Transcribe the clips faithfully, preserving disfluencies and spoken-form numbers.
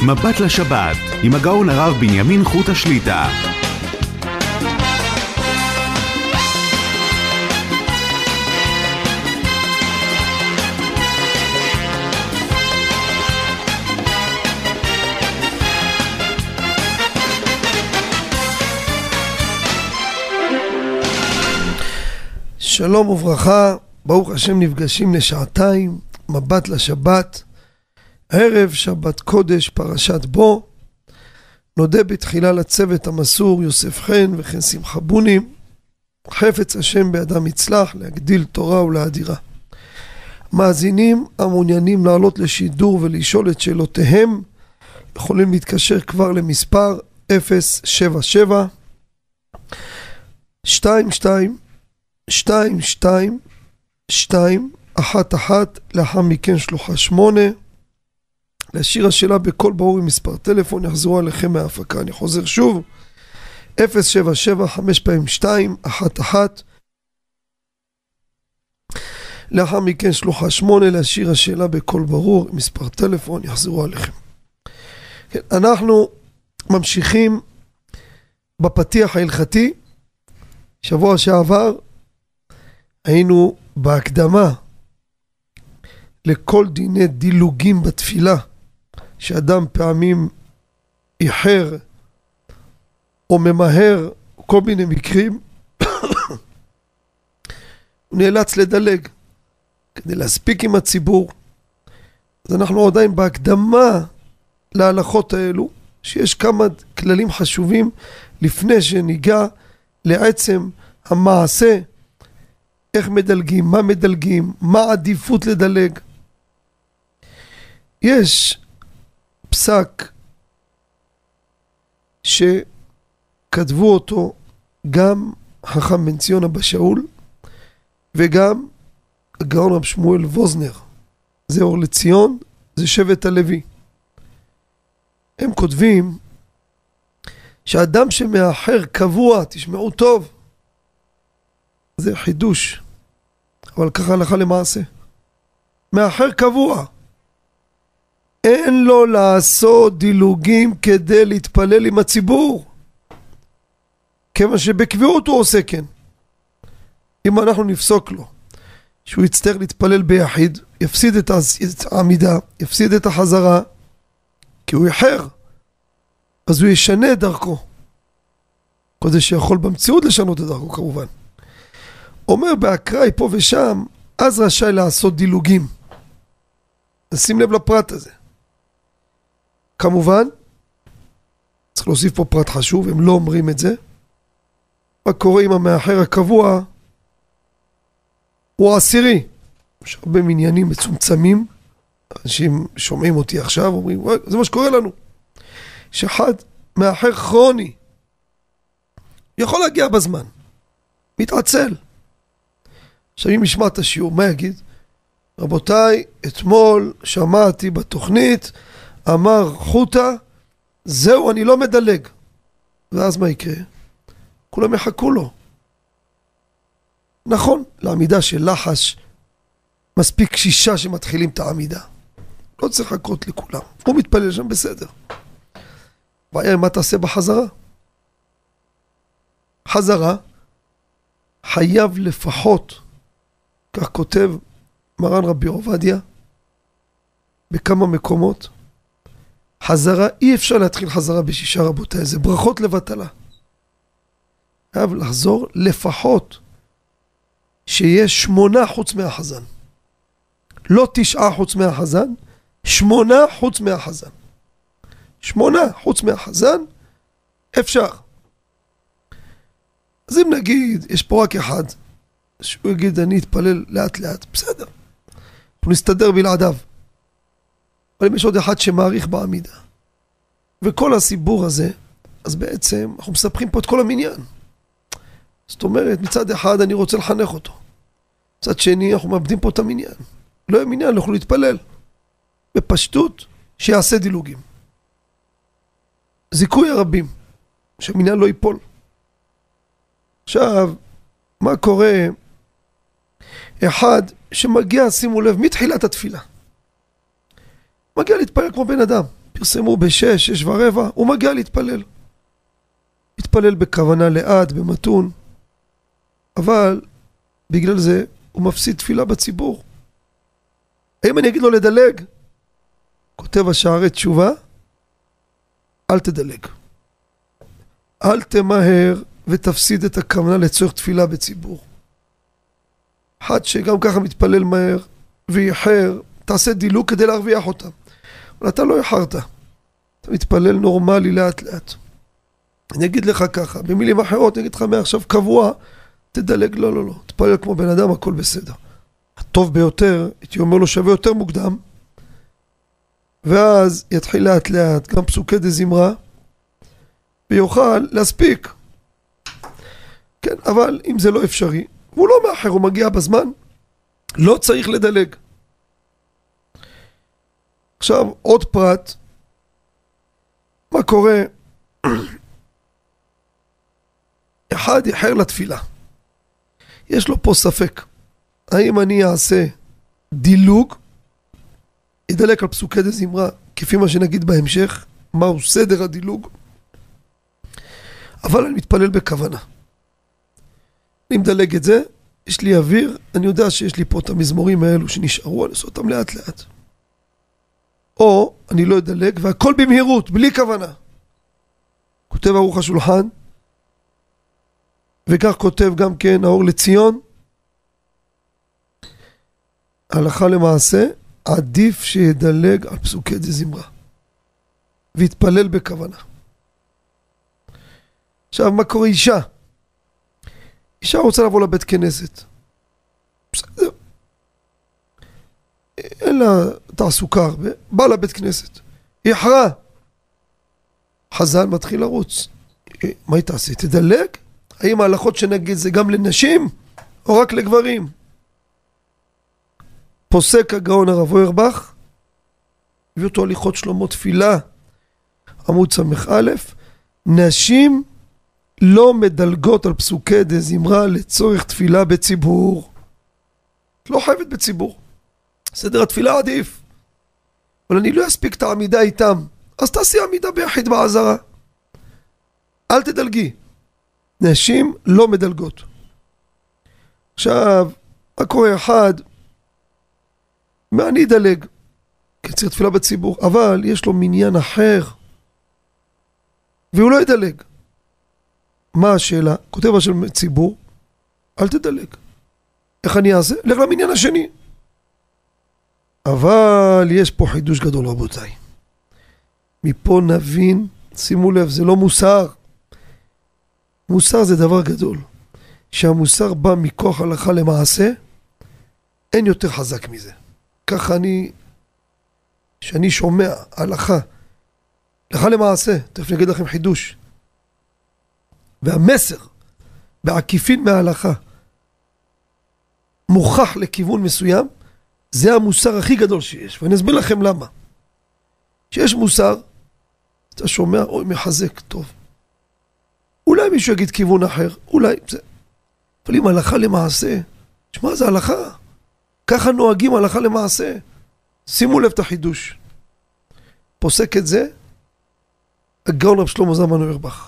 מבט לשבת עם הגאון הרב בנימין חוט השליטה. שלום וברכה, ברוך השם, נפגשים לשעתיים, מבט לשבת, ערב שבת קודש, פרשת בו. נודה בתחילה לצוות המסור יוסף חן וכן שמחה בונים, חפץ השם בידם יצלח להגדיל תורה ולהדירה. מאזינים המעוניינים לעלות לשידור ולשאול את שאלותיהם יכולים להתקשר כבר למספר אפס שבע שבע שתיים שתיים שתיים שתיים שתיים אחת אחת, לאחר מכן שלוחה שמונה. להשאיר השאלה בכל ברור עם מספר טלפון, יחזרו עליכם מההפקה. אני חוזר שוב, אפס שבע שבע חמש פעמים שתיים אחת אחת, לאחר מכן שלוחה שמונה. להשאיר השאלה בכל ברור עם מספר טלפון, יחזרו עליכם. כן, אנחנו ממשיכים בפתיח ההלכתי. שבוע שעבר היינו בהקדמה לכל דיני דילוגים בתפילה, שאדם פעמים איחר או ממהר, כל מיני מקרים הוא נאלץ לדלג כדי להספיק עם הציבור. אז אנחנו עדיין בהקדמה להלכות האלו, שיש כמה כללים חשובים לפני שניגע לעצם המעשה, איך מדלגים, מה מדלגים, מה עדיפות לדלג. יש פסק שכתבו אותו גם חכם בן ציון אבא שאול וגם הגאון רב שמואל ווזנר, זה אור לציון, זה שבט הלוי. הם כותבים שאדם שמאחר קבוע, תשמעו טוב, זה חידוש, אבל ככה הלכה למעשה, מאחר קבוע, אין לו לעשות דילוגים כדי להתפלל עם הציבור, כמה שבקביעות הוא עושה כן. אם אנחנו נפסוק לו שהוא יצטרך להתפלל ביחיד, יפסיד את העמידה, יפסיד את החזרה, כי הוא יחר, אז הוא ישנה את דרכו, כדי שיכול במציאות לשנות את דרכו כמובן. אומר באקראי פה ושם, אז רשאי לעשות דילוגים. נשים לב לפרט הזה. כמובן, צריך להוסיף פה פרט חשוב, הם לא אומרים את זה. מה קורה עם המאחר הקבוע? הוא עשירי. יש הרבה מניינים מצומצמים, אנשים שומעים אותי עכשיו, אומרים, זה מה שקורה לנו. שאחד מאחר כרוני, יכול להגיע בזמן, מתעצל. עכשיו אם ישמע את השיעור, מה יגיד? רבותיי, אתמול שמעתי בתוכנית, אמר חוטה, זהו, אני לא מדלג. ואז מה יקרה? כולם יחכו לו. נכון, לעמידה של לחש, מספיק שישה שמתחילים את העמידה. לא צריך לחכות לכולם. הוא מתפלל שם בסדר. בעיה, מה תעשה בחזרה? חזרה, חייב לפחות, כך כותב מרן רבי עובדיה בכמה מקומות, חזרה, אי אפשר להתחיל חזרה בשישה, רבותיי, זה ברכות לבטלה. חייב לחזור לפחות שיש שמונה חוץ מהחזן, לא תשעה חוץ מהחזן, שמונה חוץ מהחזן, שמונה חוץ מהחזן אפשר. אז אם נגיד יש פה רק אחד שהוא יגיד אני אתפלל לאט לאט, בסדר, אנחנו נסתדר בלעדיו. אבל אם יש עוד אחד שמעריך בעמידה וכל הסיבור הזה, אז בעצם אנחנו מספחים פה את כל המניין. זאת אומרת, מצד אחד אני רוצה לחנך אותו, מצד שני אנחנו מאבדים פה את המניין. לא יהיה מניין, לא יכולו להתפלל בפשטות, שיעשה דילוגים, זיכוי הרבים, שהמניין לא ייפול. עכשיו, מה קורה? אחד שמגיע, שימו לב, מתחילת התפילה, מגיע להתפלל כמו בן אדם, פרסמו בשש, שש ורבע, הוא מגיע להתפלל. מתפלל בכוונה לאט, במתון, אבל בגלל זה הוא מפסיד תפילה בציבור. האם אני אגיד לו לדלג? כותב השערי תשובה, אל תדלג. אל תמהר ותפסיד את הכוונה לצורך תפילה בציבור. אחד שגם ככה מתפלל מהר ויחר, תעשה דילוג כדי להרוויח אותם. אבל אתה לא יחרת. אתה מתפלל נורמלי לאט לאט. אני אגיד לך ככה, במילים אחרות, אני אגיד לך מעכשיו קבוע, תדלג, לא, לא, לא. תפלל כמו בן אדם, הכל בסדר. הטוב ביותר, הייתי אומר לו שווה יותר מוקדם, ואז יתחיל לאט לאט, גם פסוקי דזמרה, ויוכל להספיק. כן, אבל אם זה לא אפשרי, הוא לא מאחר, הוא מגיע בזמן, לא צריך לדלג. עכשיו, עוד פרט, מה קורה? אחד יחר לתפילה. יש לו פה ספק. האם אני אעשה דילוג, ידלק על פסוקי דזמרה, כפי מה שנגיד בהמשך, מהו סדר הדילוג, אבל אני מתפלל בכוונה. אני מדלג את זה, יש לי אוויר, אני יודע שיש לי פה את המזמורים האלו שנשארו, אני עושה אותם לאט לאט. או אני לא אדלג, והכל במהירות, בלי כוונה. כותב ערוך השולחן, וכך כותב גם כן האור לציון, הלכה למעשה, עדיף שידלג על פסוקי דזמרה, והתפלל בכוונה. עכשיו, מה קורה אישה? אישה רוצה לבוא לבית כנסת. בסדר. אין לה תעסוקה הרבה, בא לבית כנסת. היא אחרה. חזן מתחיל לרוץ. מה היא תעשה? תדלג? האם ההלכות שנגיד זה גם לנשים או רק לגברים? פוסק הגאון הרב אוירבך, הביא אותו הליכות שלמה תפילה, עמוד סמך א', נשים לא מדלגות על פסוקי דזמרה לצורך תפילה בציבור. לא חייבת בציבור. סדר התפילה עדיף. אבל אני לא אספיק את העמידה איתם. אז תעשי עמידה ביחיד בעזרה. אל תדלגי. נשים לא מדלגות. עכשיו, מה קורה אחד? מה אני אדלג? כי צריך תפילה בציבור. אבל יש לו מניין אחר. והוא לא ידלג. מה השאלה? כותב של ציבור, אל תדלג. איך אני אעשה? לך למניין השני. אבל יש פה חידוש גדול רבותיי. מפה נבין, שימו לב, זה לא מוסר. מוסר זה דבר גדול. שהמוסר בא מכוח הלכה למעשה, אין יותר חזק מזה. ככה אני, שאני שומע הלכה, הלכה למעשה, תכף נגיד לכם חידוש. והמסר בעקיפין מההלכה מוכח לכיוון מסוים, זה המוסר הכי גדול שיש. ואני אסביר לכם למה. שיש מוסר, אתה שומע, אוי, מחזק, טוב. אולי מישהו יגיד כיוון אחר, אולי זה. אבל אם הלכה למעשה, שמה זה הלכה? ככה נוהגים הלכה למעשה. שימו לב את החידוש. פוסק את זה, הגאון רב שלמה זלמן אוירבך.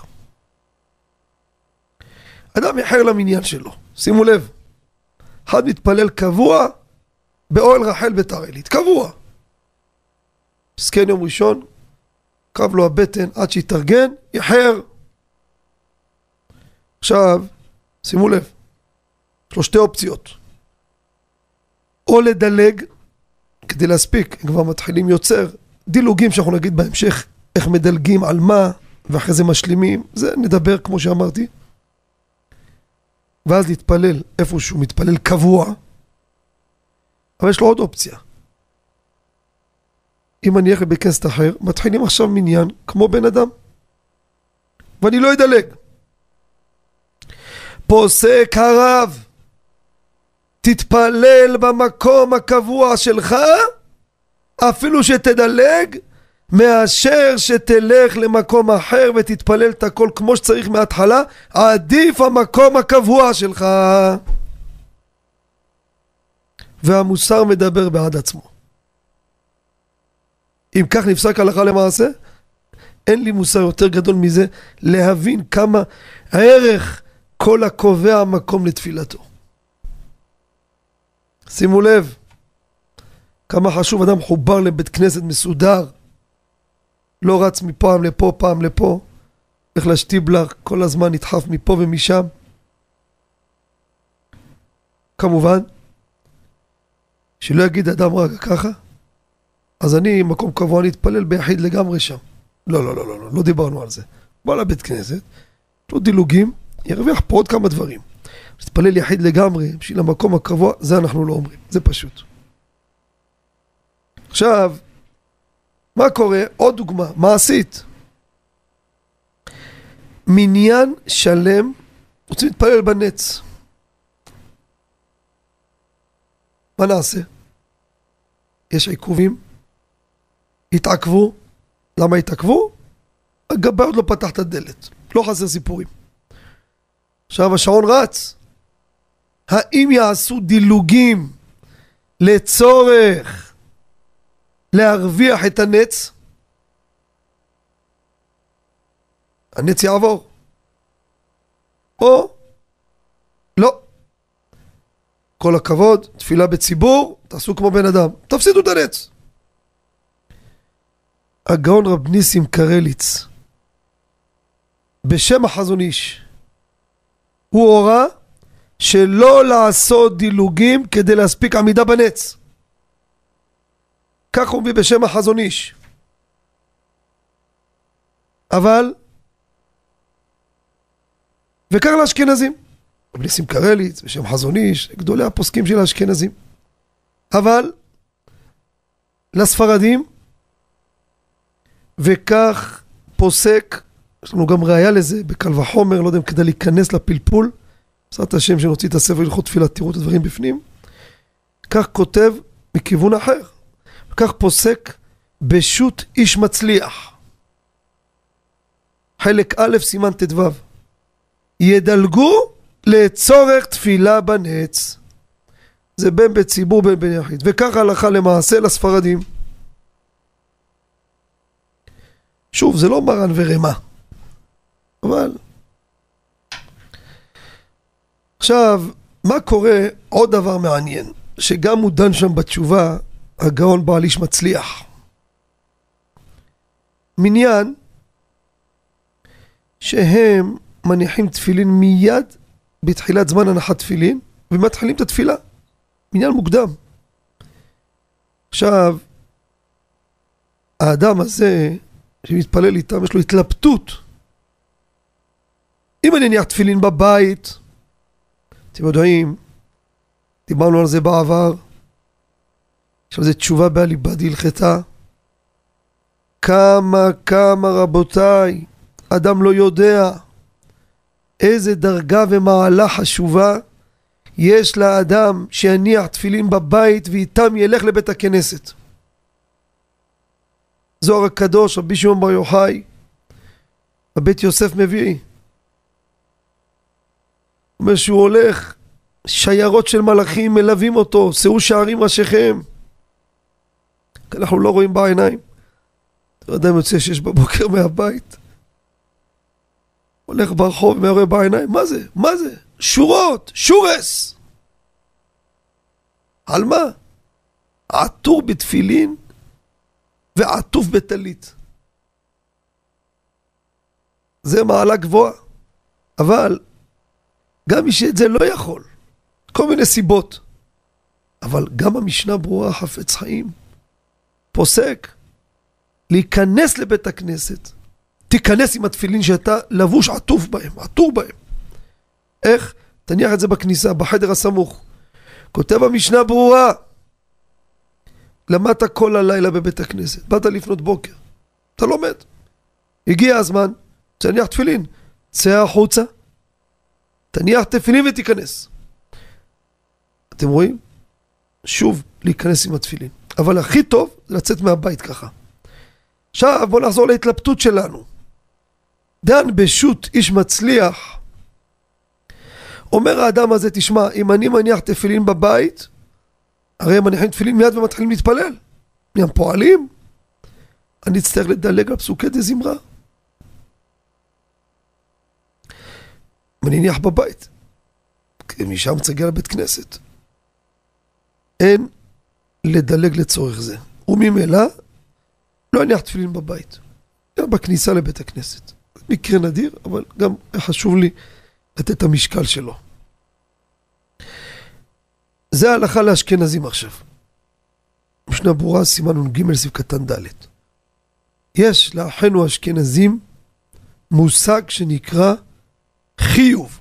אדם יחר למניין שלו, שימו לב, אחד מתפלל קבוע באוהל רחל ביתר עילית, קבוע. סכן יום ראשון, קרב לו הבטן עד שיתארגן, יחר. עכשיו, שימו לב, יש לו שתי אופציות. או לדלג, כדי להספיק, כבר מתחילים יוצר דילוגים שאנחנו נגיד בהמשך, איך מדלגים על מה, ואחרי זה משלימים, זה נדבר כמו שאמרתי. ואז להתפלל איפה שהוא מתפלל קבוע, אבל יש לו עוד אופציה. אם אני אלך בכנסת אחר, מתחילים עכשיו מניין כמו בן אדם, ואני לא אדלג. פוסק הרב, תתפלל במקום הקבוע שלך, אפילו שתדלג, מאשר שתלך למקום אחר ותתפלל את הכל כמו שצריך מההתחלה, עדיף המקום הקבוע שלך. והמוסר מדבר בעד עצמו. אם כך נפסק הלכה למעשה, אין לי מוסר יותר גדול מזה, להבין כמה ערך כל הקובע מקום לתפילתו. שימו לב, כמה חשוב אדם חובר לבית כנסת מסודר, לא רץ מפעם לפה, פעם לפה, איך להשטיבלר, כל הזמן נדחף מפה ומשם. כמובן, שלא יגיד אדם רגע ככה, אז אני מקום קבוע נתפלל ביחיד לגמרי שם. לא, לא, לא, לא, לא, לא דיברנו על זה. בא לבית כנסת, לא דילוגים, ירוויח פה עוד כמה דברים. נתפלל יחיד לגמרי, בשביל המקום הקבוע, זה אנחנו לא אומרים, זה פשוט. עכשיו, מה קורה? עוד דוגמה, מעשית. מניין שלם, רוצים להתפלל בנץ. מה נעשה? יש עיכובים, התעכבו. למה התעכבו? הגבאי עוד לא פתח את הדלת, לא חסר סיפורים. עכשיו השעון רץ. האם יעשו דילוגים לצורך להרוויח את הנץ? הנץ יעבור. או לא. כל הכבוד, תפילה בציבור, תעשו כמו בן אדם, תפסידו את הנץ. הגאון רב ניסים קרליץ, בשם החזון איש, הוא הורה שלא לעשות דילוגים כדי להספיק עמידה בנץ. כך הוא מביא בשם החזון איש. אבל, וכך לאשכנזים, רב ניסים קרליץ, בשם חזון איש, גדולי הפוסקים של האשכנזים. אבל, לספרדים, וכך פוסק, יש לנו גם ראיה לזה בקל וחומר, לא יודע אם כדי להיכנס לפלפול, בעזרת השם שנוציא את הספר הלכות תפילה, תראו את הדברים בפנים. כך כותב מכיוון אחר, וכך פוסק בשו"ת איש מצליח, חלק א' סימן תדו, ידלגו לצורך תפילה בנץ. זה בין בציבור בין בין יחיד, וכך הלכה למעשה לספרדים. שוב, זה לא מרן ורמה, אבל עכשיו, מה קורה? עוד דבר מעניין, שגם הוא דן שם בתשובה, הגאון בעל איש מצליח. מניין שהם מניחים תפילין מיד בתחילת זמן הנחת תפילין, ומתחילים את התפילה, מניין מוקדם. עכשיו, האדם הזה שמתפלל איתם, יש לו התלבטות. אם אני אניח תפילין בבית, אתם יודעים, דיברנו על זה בעבר, יש על זה תשובה בעליבא דהלכתה. כמה כמה רבותיי, אדם לא יודע איזה דרגה ומעלה חשובה יש לאדם שיניח תפילין בבית ואיתם ילך לבית הכנסת. זוהר הקדוש, רבי שמעון בר יוחאי, הבית יוסף מביא, אומר שהוא הולך, שיירות של מלאכים מלווים אותו, שאו שערים ראשיכם. אנחנו לא רואים בעיניים. אתה יודע, יוצא שש בבוקר מהבית, הולך ברחוב ומראה בעיניים, מה זה? מה זה? שורות, שורס. על מה? עטור בתפילין ועטוף בטלית. זה מעלה גבוהה. אבל גם מי שאת זה לא יכול, כל מיני סיבות. אבל גם המשנה ברורה חפץ חיים פוסק להיכנס לבית הכנסת, תיכנס עם התפילין שאתה לבוש עטוף בהם, עטור בהם. איך? תניח את זה בכניסה, בחדר הסמוך. כותב המשנה ברורה, למדת כל הלילה בבית הכנסת, באת לפנות בוקר, אתה לומד, הגיע הזמן, תניח תפילין, צא החוצה, תניח תפילין ותיכנס. אתם רואים? שוב להיכנס עם התפילין, אבל הכי טוב זה לצאת מהבית ככה. עכשיו בוא נחזור להתלבטות שלנו. דן בשו"ת איש מצליח, אומר האדם הזה, תשמע, אם אני מניח תפילין בבית, הרי הם מניחים תפילין מיד ומתחילים להתפלל, הם פועלים. אני אצטרך לדלג על פסוקי דזמרה. אני ניח בבית. משם תגיע לבית כנסת. אין לדלג לצורך זה. וממילא לא אניח תפילין בבית. גם בכניסה לבית הכנסת. מקרה נדיר, אבל גם חשוב לי לתת את המשקל שלו. זה ההלכה לאשכנזים עכשיו. משנה ברורה, סימן נ"ג סעיף קטן ד'. יש לאחינו האשכנזים מושג שנקרא חיוב.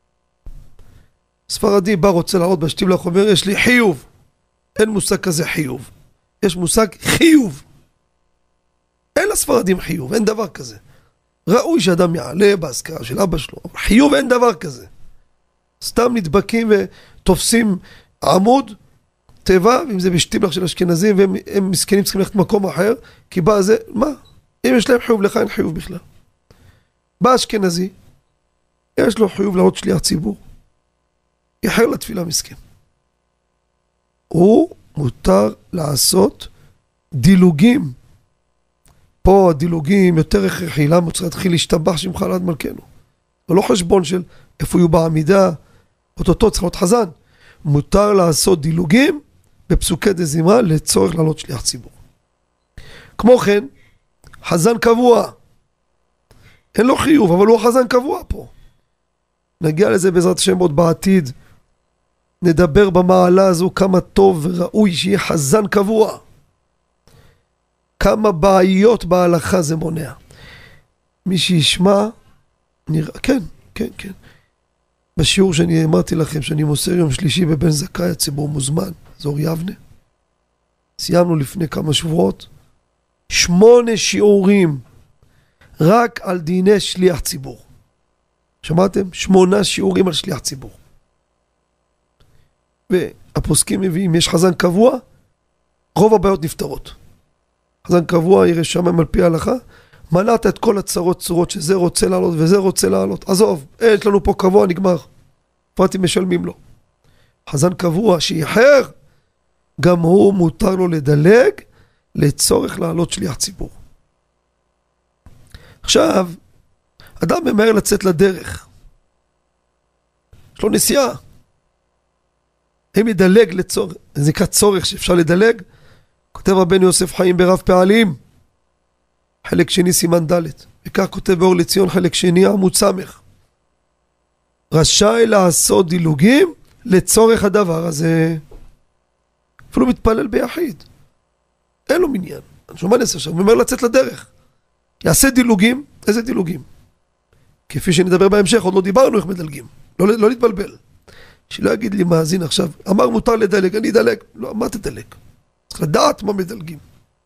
ספרדי בא רוצה להראות בשטיבלך, אומר יש לי חיוב. אין מושג כזה חיוב. יש מושג חיוב. אין לספרדים חיוב, אין דבר כזה. ראוי שאדם יעלה בהזכרה של אבא שלו, אבל חיוב אין דבר כזה. סתם נדבקים ותופסים עמוד, טבע, ואם זה בשטיבלך של אשכנזים, והם מסכנים צריכים ללכת מקום אחר, כי בא זה, מה? אם יש להם חיוב, לך אין חיוב בכלל. בא אשכנזי, יש לו חיוב להראות שליח ציבור. יחר לתפילה מסכן. הוא מותר לעשות דילוגים. פה הדילוגים יותר הכרחי, למה צריך להתחיל להשתבח שמך לעד מלכנו. זה לא חשבון של איפה יהיו בעמידה, אותו צריך להיות חזן. מותר לעשות דילוגים בפסוקי דזמרה לצורך לעלות שליח ציבור. כמו כן, חזן קבוע. אין לו חיוב, אבל הוא חזן קבוע פה. נגיע לזה בעזרת השם עוד בעתיד. נדבר במעלה הזו כמה טוב וראוי שיהיה חזן קבוע. כמה בעיות בהלכה זה מונע. מי שישמע, נראה, כן, כן, כן. בשיעור שאני אמרתי לכם, שאני מוסר יום שלישי בבן זכאי, הציבור מוזמן, אזור יבנה. סיימנו לפני כמה שבועות. שמונה שיעורים רק על דיני שליח ציבור. שמעתם? שמונה שיעורים על שליח ציבור. והפוסקים מביאים, יש חזן קבוע, רוב הבעיות נפתרות. חזן קבוע ירא שמיים על פי ההלכה, מנעת את כל הצרות צורות שזה רוצה לעלות וזה רוצה לעלות. עזוב, יש לנו פה קבוע, נגמר. פרטים משלמים לו. חזן קבוע שיחר, גם הוא מותר לו לדלג לצורך לעלות שליח ציבור. עכשיו, אדם ממהר לצאת לדרך. יש לו נסיעה. אם ידלג לצורך, זה נקרא צורך שאפשר לדלג, כותב רבנו יוסף חיים ברב פעלים, חלק שני סימן ד', וכך כותב באור לציון חלק שני עמוד סמך. רשאי לעשות דילוגים לצורך הדבר הזה. אפילו מתפלל ביחיד. אין לו מניין. אני שומע נעשה עכשיו, הוא אומר לצאת לדרך. יעשה דילוגים, איזה דילוגים? כפי שנדבר בהמשך, עוד לא דיברנו איך מדלגים. לא, לא להתבלבל. שלא יגיד לי מאזין עכשיו, אמר מותר לדלג, אני אדלג. לא, מה תדלג? צריך לדעת מה מדלגים.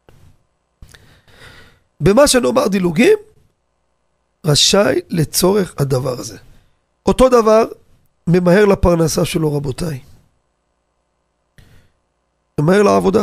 במה שנאמר דילוגים, רשאי לצורך הדבר הזה. אותו דבר, ממהר לפרנסה שלו רבותיי. ממהר לעבודה.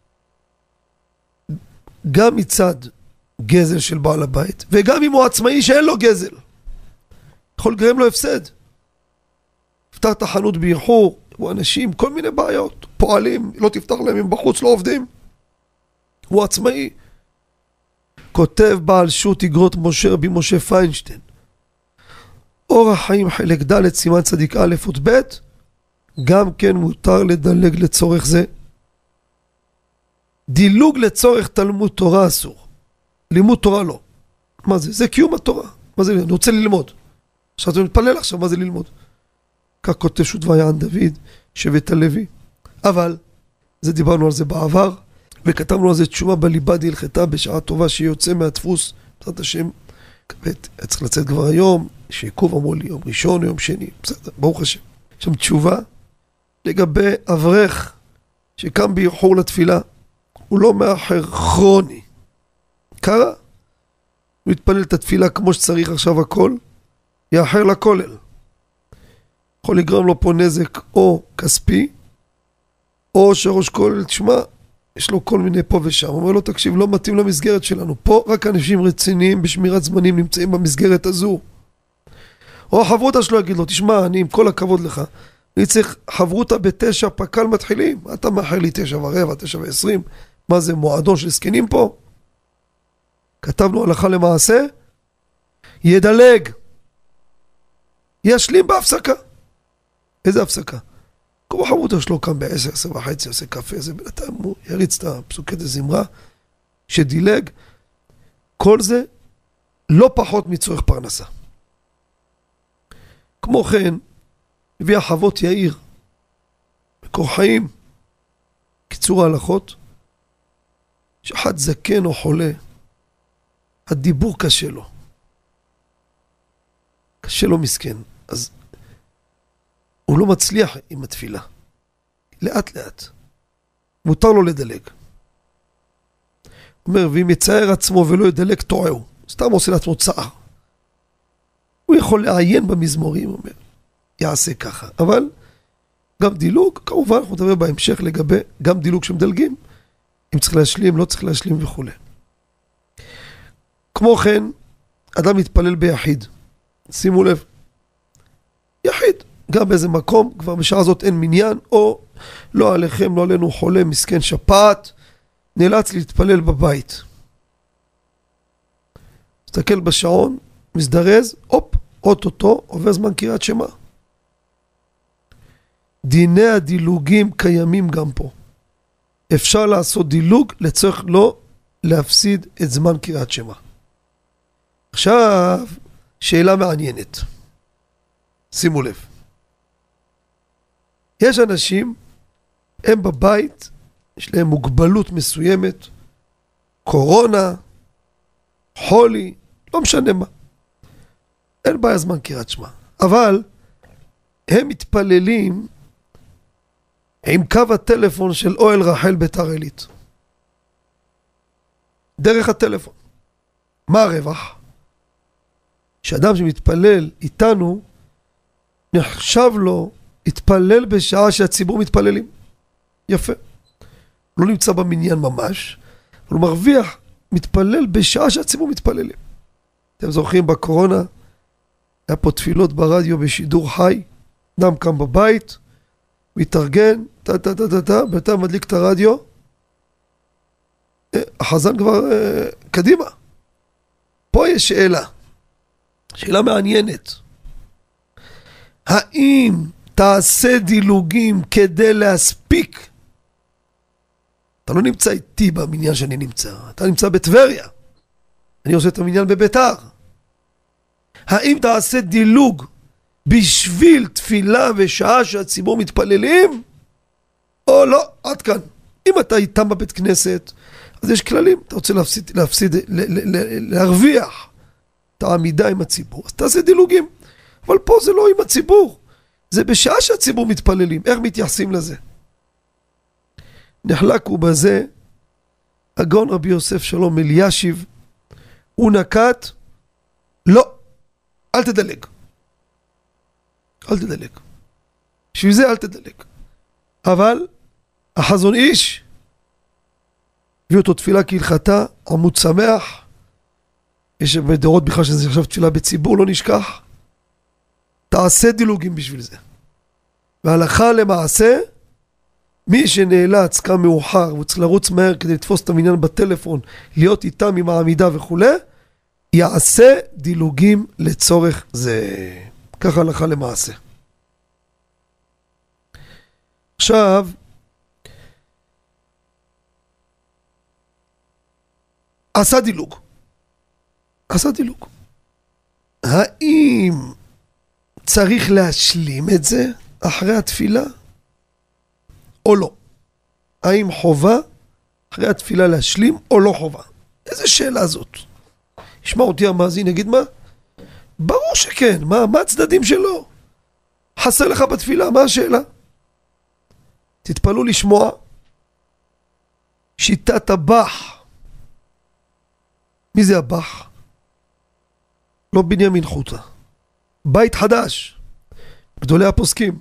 גם מצד גזל של בעל הבית, וגם אם הוא עצמאי שאין לו גזל. יכול לגרם לו הפסד. פתח את החנות באיחור, הוא אנשים, כל מיני בעיות. פועלים, לא תפתח להם, הם בחוץ לא עובדים. הוא עצמאי. כותב בעל שו"ת אגרות משה רבי משה פיינשטיין. אור החיים חלק ד' סימן צדיק א' אות ב', גם כן מותר לדלג לצורך זה. דילוג לצורך תלמוד תורה אסור. לימוד תורה לא. מה זה? זה קיום התורה. מה זה? אני רוצה ללמוד. עכשיו אתה מתפלל עכשיו, מה זה ללמוד? כך כותב שו"ת ויען דוד, שבט הלוי. אבל, זה דיברנו על זה בעבר, וכתבנו על זה תשובה בליבה דהלכתה בשעה טובה שהיא יוצא מהדפוס, בעזרת השם, צריך לצאת כבר היום, שעיכוב אמרו לי יום ראשון או יום שני, בסדר, ברוך השם. שם תשובה לגבי אברך שקם באיחור לתפילה, הוא לא מאחר כרוני. קרה? הוא יתפלל את התפילה כמו שצריך עכשיו הכל, יאחר לכולל. יכול לגרום לו פה נזק או כספי, או שראש כולל, תשמע, יש לו כל מיני פה ושם. הוא אומר לו, תקשיב, לא מתאים למסגרת שלנו. פה רק אנשים רציניים בשמירת זמנים נמצאים במסגרת הזו. או החברותה שלו יגיד לו, תשמע, אני עם כל הכבוד לך, אני צריך חברותה בתשע פקל מתחילים. אתה מאחר לי תשע ורבע, תשע ועשרים. מה זה, מועדון של סקנים פה? כתבנו הלכה למעשה, ידלג, ישלים בהפסקה. איזה הפסקה? כמו חמודה שלו קם בעשר, עשר וחצי, עושה קפה, זה בינתיים הוא יריץ את הפסוקי דזמרה, שדילג, כל זה לא פחות מצורך פרנסה. כמו כן, הביא חוות יאיר, מקור חיים, קיצור ההלכות, שאחד זקן או חולה, הדיבור קשה לו. קשה לו מסכן, אז הוא לא מצליח עם התפילה. לאט לאט. מותר לו לדלג. הוא אומר, ואם יצער עצמו ולא ידלג, טועהו. סתם עושה לעצמו צער. הוא יכול לעיין במזמורים, הוא אומר, יעשה ככה. אבל גם דילוג, כמובן, אנחנו נדבר בהמשך לגבי גם דילוג שמדלגים, אם צריך להשלים, לא צריך להשלים וכו'. כמו כן, אדם מתפלל ביחיד. שימו לב. יחיד. גם באיזה מקום, כבר בשעה הזאת אין מניין, או לא עליכם, לא עלינו חולה, מסכן שפעת, נאלץ להתפלל בבית. מסתכל בשעון, מזדרז, הופ, אוטוטו, עובר זמן קריאת שמע. דיני הדילוגים קיימים גם פה. אפשר לעשות דילוג לצורך לא להפסיד את זמן קריאת שמע. עכשיו, שאלה מעניינת. שימו לב. יש אנשים, הם בבית, יש להם מוגבלות מסוימת, קורונה, חולי, לא משנה מה. אין בעיה זמן קריאת שמע. אבל הם מתפללים עם קו הטלפון של אוהל רחל ביתר עילית. דרך הטלפון. מה הרווח? שאדם שמתפלל איתנו, נחשב לו, התפלל בשעה שהציבור מתפללים. יפה. הוא לא נמצא במניין ממש, אבל הוא מרוויח, מתפלל בשעה שהציבור מתפללים. אתם זוכרים בקורונה, היה פה תפילות ברדיו בשידור חי, אדם קם בבית, מתארגן, טה טה טה טה טה, ואתה מדליק את הרדיו, החזן כבר קדימה. פה יש שאלה, שאלה מעניינת. האם תעשה דילוגים כדי להספיק? אתה לא נמצא איתי במניין שאני נמצא, אתה נמצא בטבריה. אני עושה את המניין בביתר. האם תעשה דילוג בשביל תפילה ושעה שהציבור מתפללים? או לא, עד כאן. אם אתה איתם בבית כנסת, אז יש כללים, אתה רוצה להפסיד, להפסיד, ל- ל- ל- להרוויח את העמידה עם הציבור, אז תעשה דילוגים. אבל פה זה לא עם הציבור, זה בשעה שהציבור מתפללים. איך מתייחסים לזה? נחלקו בזה, הגאון רבי יוסף שלום אלישיב, הוא נקט, לא, אל תדלג. אל תדלג. בשביל זה אל תדלג. אבל החזון איש, הביא אותו תפילה כהלכתה, עמוד שמח, יש בדורות בכלל שזה עכשיו תפילה בציבור, לא נשכח, תעשה דילוגים בשביל זה. והלכה למעשה, מי שנאלץ קם מאוחר, הוא צריך לרוץ מהר כדי לתפוס את המניין בטלפון, להיות איתם עם העמידה וכו', יעשה דילוגים לצורך זה. ככה הלכה למעשה. עכשיו, עשה דילוג. עשה דילוג. האם צריך להשלים את זה אחרי התפילה? או לא? האם חובה אחרי התפילה להשלים או לא חובה? איזה שאלה זאת? ישמע אותי המאזין, יגיד מה? ברור שכן, מה, מה הצדדים שלו? חסר לך בתפילה, מה השאלה? תתפלו לשמוע שיטת הבח. מי זה הבח? לא בנימין חוטה. בית חדש. גדולי הפוסקים.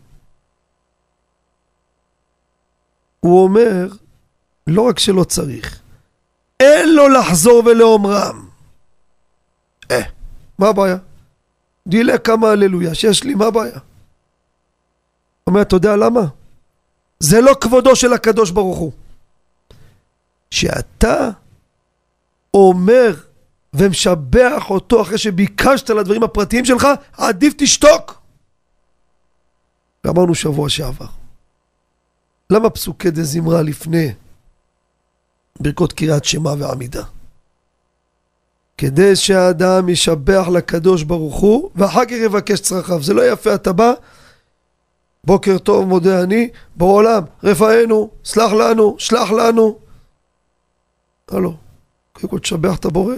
הוא אומר, לא רק שלא צריך, אין לו לחזור ולאומרם. אה, מה הבעיה? דילה כמה הללויה, שיש לי, מה הבעיה? אומר, אתה יודע למה? זה לא כבודו של הקדוש ברוך הוא. שאתה אומר ומשבח אותו אחרי שביקשת לדברים הפרטיים שלך, עדיף תשתוק. ואמרנו שבוע שעבר. למה פסוקי דזמרה לפני ברכות קריאת שמע ועמידה? כדי שהאדם ישבח לקדוש ברוך הוא, ואחר כך יבקש צרכיו. זה לא יפה, אתה בא, בוקר טוב, מודה אני, בעולם, רפאנו, סלח לנו, שלח לנו. הלו, קודם כל תשבח את הבורא.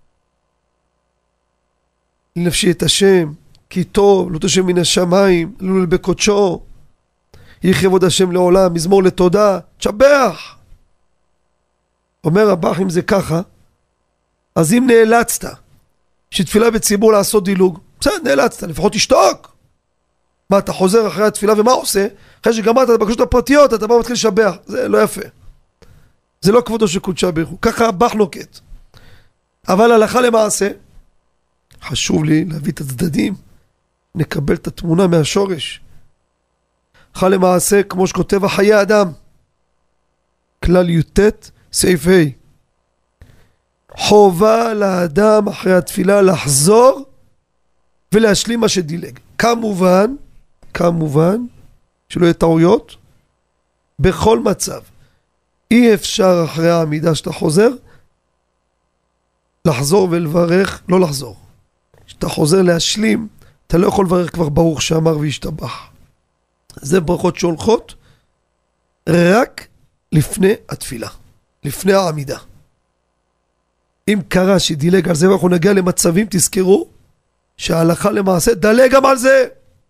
לנפשי את השם, כי טוב, לא תשם מן השמיים, לול בקודשו, יכבוד השם לעולם, מזמור לתודה, תשבח. אומר הבח, אם זה ככה, אז אם נאלצת שתפילה בציבור לעשות דילוג, בסדר, נאלצת, לפחות תשתוק. מה, אתה חוזר אחרי התפילה ומה עושה? אחרי שגמרת את הבקשות הפרטיות, אתה בא ומתחיל לשבח. זה לא יפה. זה לא כבודו של קודשה בריך הוא. ככה הבח נוקט. אבל הלכה למעשה, חשוב לי להביא את הצדדים, נקבל את התמונה מהשורש. הלכה למעשה, כמו שכותב החיי אדם, כלל י"ט, סעיף ה', חובה לאדם אחרי התפילה לחזור ולהשלים מה שדילג. כמובן, כמובן, שלא יהיה טעויות, בכל מצב. אי אפשר אחרי העמידה שאתה חוזר, לחזור ולברך, לא לחזור. כשאתה חוזר להשלים, אתה לא יכול לברך כבר ברוך שאמר וישתבח. זה ברכות שהולכות רק לפני התפילה, לפני העמידה. אם קרה שדילג על זה ואנחנו נגיע למצבים, תזכרו שההלכה למעשה דלג גם על זה.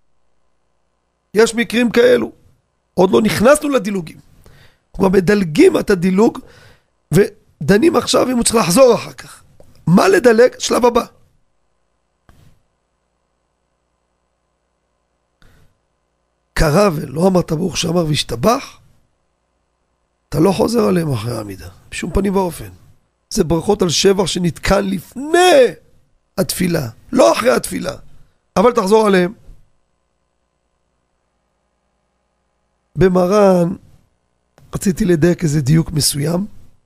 יש מקרים כאלו. עוד לא נכנסנו לדילוגים. אנחנו גם מדלגים את הדילוג ודנים עכשיו אם הוא צריך לחזור אחר כך. מה לדלג? שלב הבא. קרה ולא אמרת ברוך שאמר והשתבח, אתה לא חוזר עליהם אחרי העמידה. בשום פנים ואופן. זה ברכות על שבח שנתקן לפני התפילה, לא אחרי התפילה. אבל תחזור עליהם. במרן רציתי לדייק איזה דיוק מסוים.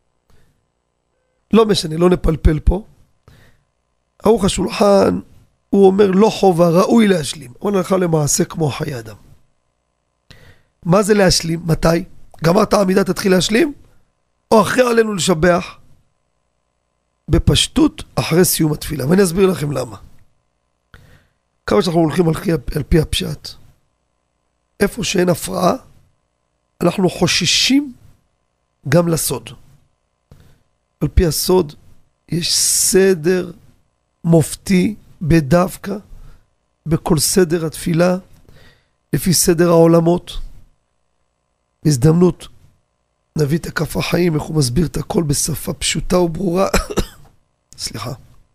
לא משנה, לא נפלפל פה. ערוך השולחן, הוא אומר לא חובה, ראוי להשלים. הוא נלכה למעשה כמו חיי אדם. מה זה להשלים? מתי? גמרת העמידה תתחיל להשלים? או אחרי עלינו לשבח? בפשטות אחרי סיום התפילה. ואני אסביר לכם למה. כמה שאנחנו הולכים על, על פי הפשט. איפה שאין הפרעה, אנחנו חוששים גם לסוד. על פי הסוד יש סדר מופתי בדווקא, בכל סדר התפילה, לפי סדר העולמות. הזדמנות, נביא את הכף החיים, איך הוא מסביר את הכל בשפה פשוטה וברורה. סליחה.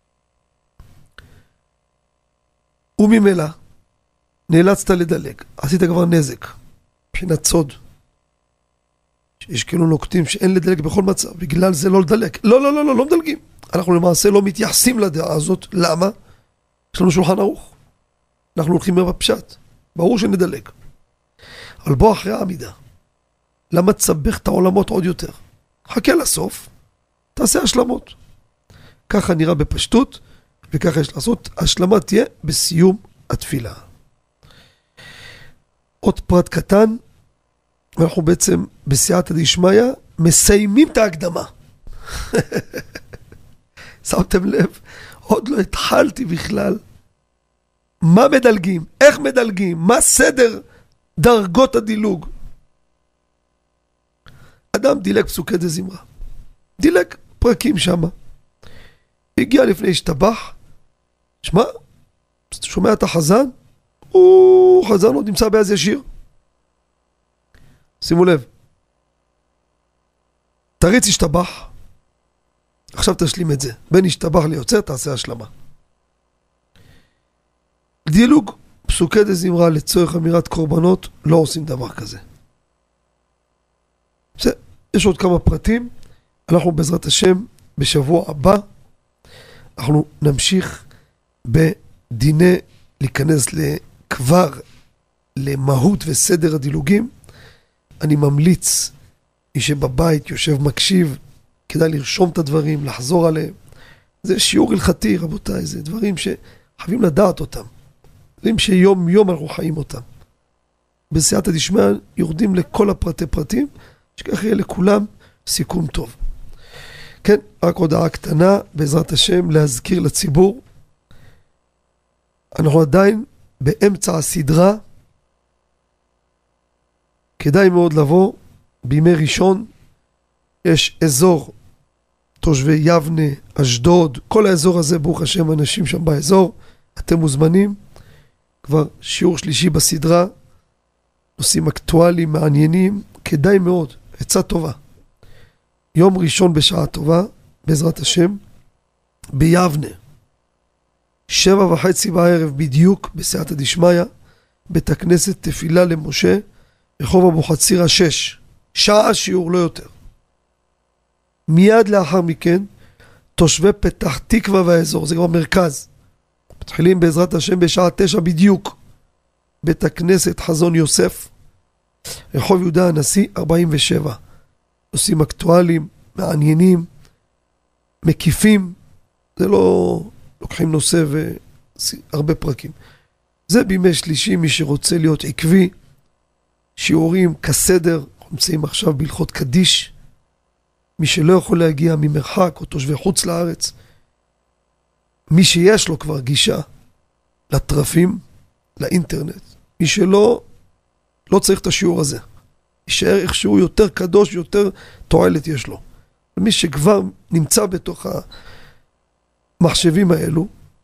וממילא, נאלצת לדלג, עשית כבר נזק, מבחינת סוד. יש כאילו נוקטים שאין לדלג בכל מצב, בגלל זה לא לדלג. לא, לא, לא, לא, לא מדלגים. אנחנו למעשה לא מתייחסים לדעה הזאת. למה? יש לנו שולחן ערוך. אנחנו הולכים בפשט. ברור שנדלג. אבל בוא אחרי העמידה. למה תסבך את העולמות עוד יותר? חכה לסוף, תעשה השלמות. ככה נראה בפשטות, וככה יש לעשות. השלמה תהיה בסיום התפילה. עוד פרט קטן, ואנחנו בעצם בסייעתא דשמיא מסיימים את ההקדמה. שמתם לב? עוד לא התחלתי בכלל. מה מדלגים? איך מדלגים? מה סדר דרגות הדילוג? אדם דילג פסוקי דזמרה. דילג פרקים שמה. הגיע לפני השתבח. שמע, שומע את החזן? הוא חזן עוד נמצא באיזה שיר. שימו לב. תריץ השתבח. עכשיו תשלים את זה. בין השתבח ליוצר תעשה השלמה. דילוג פסוקי דזמרה לצורך אמירת קורבנות לא עושים דבר כזה. יש עוד כמה פרטים. אנחנו בעזרת השם בשבוע הבא אנחנו נמשיך בדיני להיכנס כבר למהות וסדר הדילוגים. אני ממליץ מי שבבית יושב מקשיב, כדאי לרשום את הדברים, לחזור עליהם, זה שיעור הלכתי, רבותיי, זה דברים שחייבים לדעת אותם. דברים שיום יום אנחנו חיים אותם. בסייעתא דשמיא יורדים לכל הפרטי פרטים, שכך יהיה לכולם סיכום טוב. כן, רק הודעה קטנה, בעזרת השם, להזכיר לציבור. אנחנו עדיין באמצע הסדרה. כדאי מאוד לבוא בימי ראשון. יש אזור תושבי יבנה, אשדוד, כל האזור הזה, ברוך השם, אנשים שם באזור. אתם מוזמנים. כבר שיעור שלישי בסדרה. נושאים אקטואליים, מעניינים. כדאי מאוד. עצה טובה. יום ראשון בשעה טובה, בעזרת השם, ביבנה. שבע וחצי בערב בדיוק, בסייעתא דשמיא, בית הכנסת תפילה למשה, רחוב אבוחצירא שש. שעה שיעור, לא יותר. מיד לאחר מכן, תושבי פתח תקווה והאזור, זה כבר מרכז. מתחילים בעזרת השם בשעה תשע בדיוק, בית הכנסת חזון יוסף, רחוב יהודה הנשיא ארבעים ושבע. נושאים אקטואליים, מעניינים, מקיפים, זה לא לוקחים נושא והרבה פרקים. זה בימי שלישי, מי שרוצה להיות עקבי, שיעורים כסדר, אנחנו נמצאים עכשיו בהלכות קדיש, מי שלא יכול להגיע ממרחק או תושבי חוץ לארץ, מי שיש לו כבר גישה לטרפים, לאינטרנט, מי שלא, לא צריך את השיעור הזה. יישאר איכשהו יותר קדוש, יותר תועלת יש לו. ומי שכבר נמצא בתוך המחשבים האלו,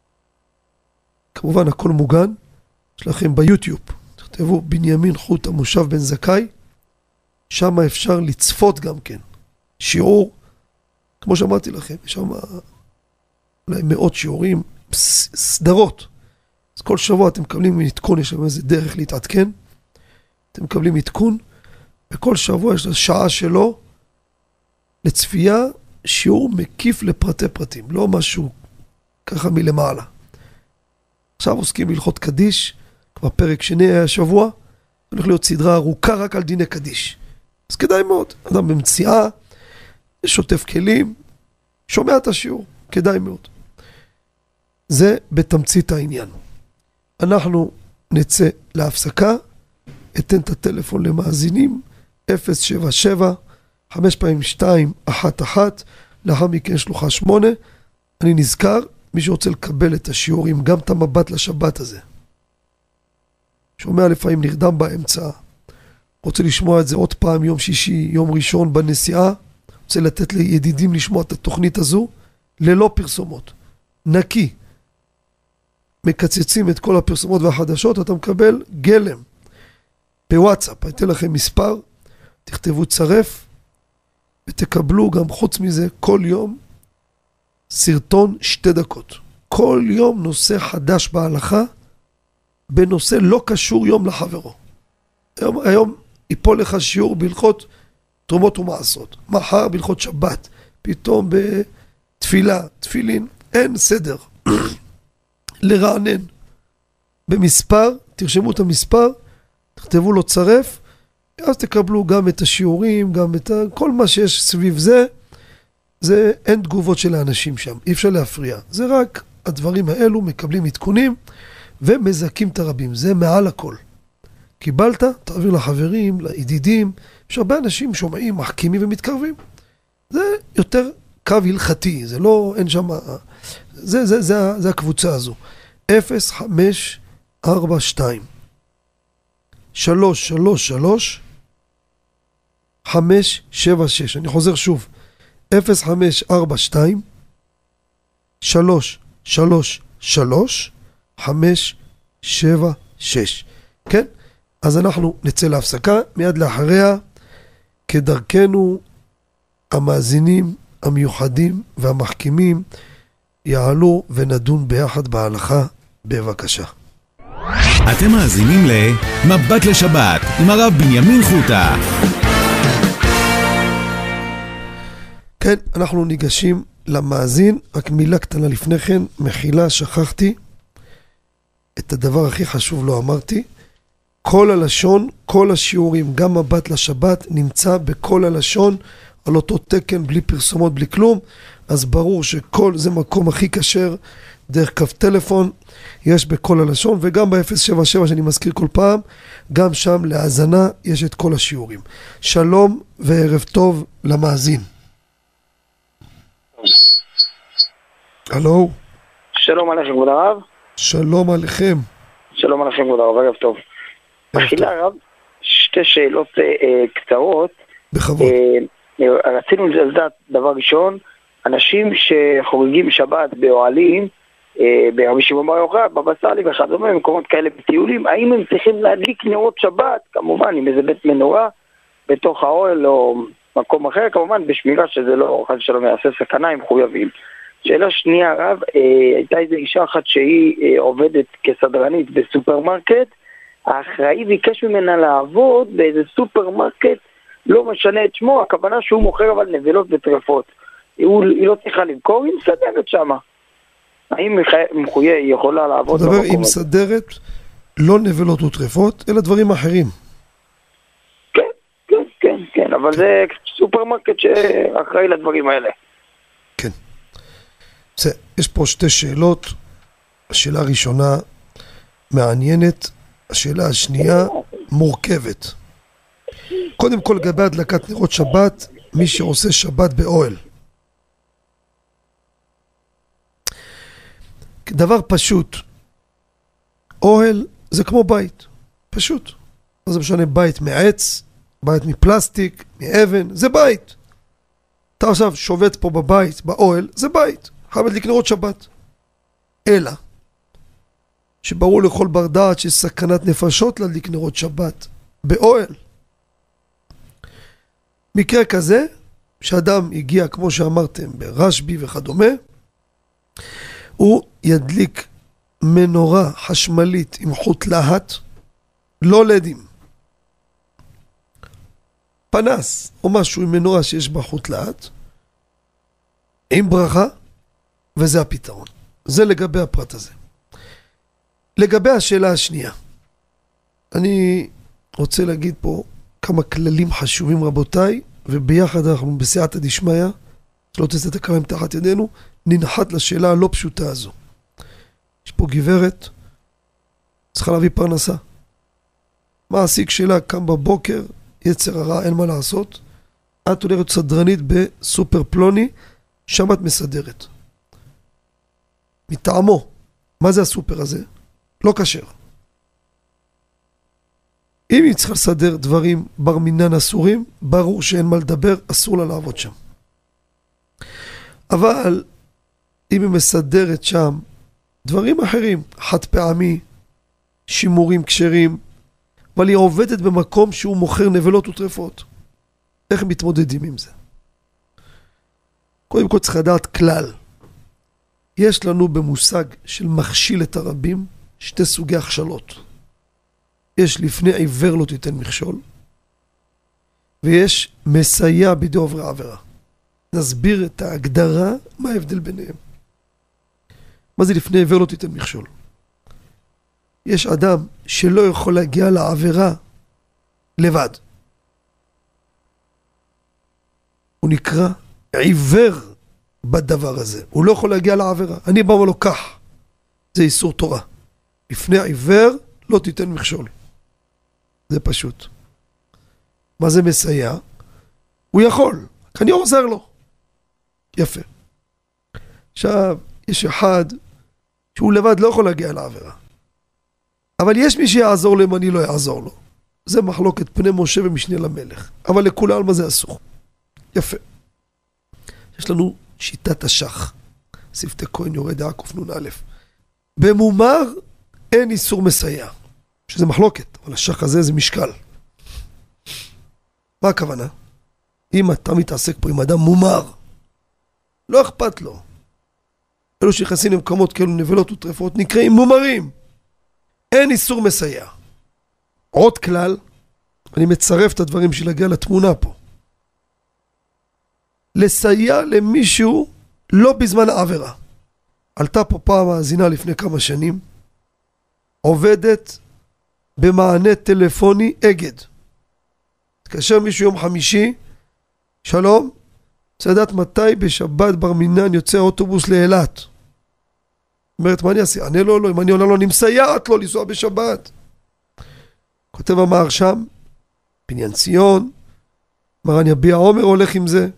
כמובן הכל מוגן, יש לכם ביוטיוב, תכתבו בנימין חוט המושב בן זכאי, שם אפשר לצפות גם כן. שיעור, כמו שאמרתי לכם, יש שם אולי מאות שיעורים, סדרות. אז כל שבוע אתם מקבלים עדכון, יש שם איזה דרך להתעדכן, אתם מקבלים עדכון, וכל שבוע יש שעה שלו לצפייה, שיעור מקיף לפרטי פרטים, לא משהו ככה מלמעלה. עכשיו עוסקים בהלכות קדיש, כבר פרק שני היה השבוע, הולך להיות סדרה ארוכה רק על דיני קדיש. אז כדאי מאוד, אדם במציאה, שוטף כלים, שומע את השיעור, כדאי מאוד. זה בתמצית העניין. אנחנו נצא להפסקה, אתן את הטלפון למאזינים, אפס שבע שבע חמש פעמים שתיים אחת אחת, לאחר מכן שלוחה שמונה. אני נזכר, מי שרוצה לקבל את השיעורים, גם את המבט לשבת הזה. שומע לפעמים נרדם באמצע, רוצה לשמוע את זה עוד פעם, יום שישי, יום ראשון בנסיעה, רוצה לתת לידידים לשמוע את התוכנית הזו, ללא פרסומות, נקי. מקצצים את כל הפרסומות והחדשות, אתה מקבל גלם. בוואטסאפ, אני אתן לכם מספר, תכתבו צרף, ותקבלו גם חוץ מזה כל יום סרטון שתי דקות. כל יום נושא חדש בהלכה, בנושא לא קשור יום לחברו. היום, היום ייפול לך שיעור בהלכות תרומות ומעשרות. מחר בהלכות שבת, פתאום בתפילה, תפילין, אין סדר. לרענן. במספר, תרשמו את המספר, תכתבו לו צרף, אז תקבלו גם את השיעורים, גם את כל מה שיש סביב זה. זה אין תגובות של האנשים שם, אי אפשר להפריע. זה רק הדברים האלו מקבלים עדכונים ומזכים את הרבים. זה מעל הכל. קיבלת, תעביר לחברים, לידידים. יש הרבה אנשים שומעים, מחכימים ומתקרבים. זה יותר קו הלכתי, זה לא, אין שם, זה, זה, זה, זה הקבוצה הזו. אפס חמש ארבע שתיים שלוש שלוש שלוש חמש שבע שש. אני חוזר שוב. אפס חמש ארבע שתיים שלוש שלוש שלוש חמש שבע שש. כן? אז אנחנו נצא להפסקה, מיד לאחריה, כדרכנו, המאזינים המיוחדים והמחכימים יעלו ונדון ביחד בהלכה. בבקשה. אתם מאזינים למבט לשבת עם הרב בנימין חוטה. כן, אנחנו ניגשים למאזין, רק מילה קטנה לפני כן, מחילה, שכחתי את הדבר הכי חשוב, לא אמרתי. כל הלשון, כל השיעורים, גם מבט לשבת, נמצא בכל הלשון, על אותו תקן, בלי פרסומות, בלי כלום, אז ברור שכל זה מקום הכי כשר, דרך קו טלפון, יש בכל הלשון, וגם ב-אפס שבע שבע שאני מזכיר כל פעם, גם שם להאזנה יש את כל השיעורים. שלום וערב טוב למאזין. הלו. שלום עליכם כבוד הרב. שלום עליכם. שלום עליכם כבוד הרב, ערב טוב. תחילה הרב, שתי שאלות אה, קצרות. בכבוד. אה, רצינו לדעת דבר ראשון, אנשים שחוגגים שבת באוהלים, אה, ברבי שמעון בר יוחאי, בבא סאלי וכדומה, במקומות כאלה בטיולים, האם הם צריכים להדליק נרות שבת, כמובן עם איזה בית מנורה, בתוך האוהל או מקום אחר, כמובן בשמירה שזה לא חד שלום יעשה סכנה, הם מחויבים. שאלה שנייה הרב, אה, הייתה איזו אישה אחת שהיא אה, עובדת כסדרנית בסופרמרקט, האחראי ביקש ממנה לעבוד באיזה סופרמרקט, לא משנה את שמו, הכוונה שהוא מוכר אבל נבלות וטרפות. היא, היא לא צריכה למכור, היא מסדרת שמה. האם היא יכולה לעבוד במקום הזה? דבר, היא מסדרת לא נבלות וטרפות, אלא דברים אחרים. כן, כן, כן, כן, אבל כן. זה סופרמרקט שאחראי לדברים האלה. כן. זה, יש פה שתי שאלות. השאלה הראשונה מעניינת, השאלה השנייה מורכבת. קודם כל לגבי הדלקת נרות שבת, מי שעושה שבת באוהל. דבר פשוט, אוהל זה כמו בית, פשוט. אז זה משנה בית מעץ, בית מפלסטיק, מאבן, זה בית. אתה עכשיו שובת פה בבית, באוהל, זה בית. חייב להדליק נרות שבת. אלא, שברור לכל בר דעת שיש סכנת נפשות להדליק נרות שבת באוהל. מקרה כזה, שאדם הגיע, כמו שאמרתם, ברשב"י וכדומה, הוא ידליק מנורה חשמלית עם חוט להט, לא לדים. פנס או משהו עם מנורה שיש בה חוט להט, עם ברכה, וזה הפתרון. זה לגבי הפרט הזה. לגבי השאלה השנייה, אני רוצה להגיד פה כמה כללים חשובים רבותיי, וביחד אנחנו בסייעתא דשמיא, שלא תצא תקלה מתחת ידינו, ננחת לשאלה הלא פשוטה הזו. יש פה גברת, צריכה להביא פרנסה. מעסיק שלה קם בבוקר, יצר הרע, אין מה לעשות. את הולכת סדרנית בסופר פלוני, שם את מסדרת. מטעמו, מה זה הסופר הזה? לא כשר. אם היא צריכה לסדר דברים בר מינן אסורים, ברור שאין מה לדבר, אסור לה לעבוד שם. אבל אם היא מסדרת שם דברים אחרים, חד פעמי, שימורים כשרים, אבל היא עובדת במקום שהוא מוכר נבלות וטרפות. איך הם מתמודדים עם זה? קודם כל צריך לדעת כלל. יש לנו במושג של מכשיל את הרבים שתי סוגי הכשלות. יש לפני עיוור לא תיתן מכשול, ויש מסייע בידי עוברי עבירה. נסביר את ההגדרה, מה ההבדל ביניהם. מה זה לפני עיוור לא תיתן מכשול? יש אדם שלא יכול להגיע לעבירה לבד. הוא נקרא עיוור בדבר הזה. הוא לא יכול להגיע לעבירה. אני בא ולא כך. זה איסור תורה. לפני עיוור לא תיתן מכשול. זה פשוט. מה זה מסייע? הוא יכול. אני עוזר לו. יפה. עכשיו, יש אחד שהוא לבד לא יכול להגיע לעבירה. אבל יש מי שיעזור לו אם אני לא יעזור לו. זה מחלוקת פני משה ומשנה למלך. אבל לכולם מה זה אסור. יפה. יש לנו שיטת השח. שפתי כהן יורד יעקב נון א'. במומר אין איסור מסייע. שזה מחלוקת. אבל השח הזה זה משקל. מה הכוונה? אם אתה מתעסק פה עם אדם מומר, לא אכפת לו. אלו שיחסים למקומות כאלו נבלות וטרפות נקראים מומרים. אין איסור מסייע. עוד כלל, אני מצרף את הדברים של להגיע לתמונה פה. לסייע למישהו לא בזמן העבירה. עלתה פה פעם מאזינה לפני כמה שנים, עובדת במענה טלפוני אגד. תקשר מישהו יום חמישי, שלום, רוצה לדעת מתי בשבת בר מינן יוצא האוטובוס לאילת. אומרת, מה אני אעשה? אני לא, לא, אם אני עולה לו, אני מסייעת לו לנסוע בשבת. כותב המהר שם, בניין ציון, מרן יביע עומר הולך עם זה,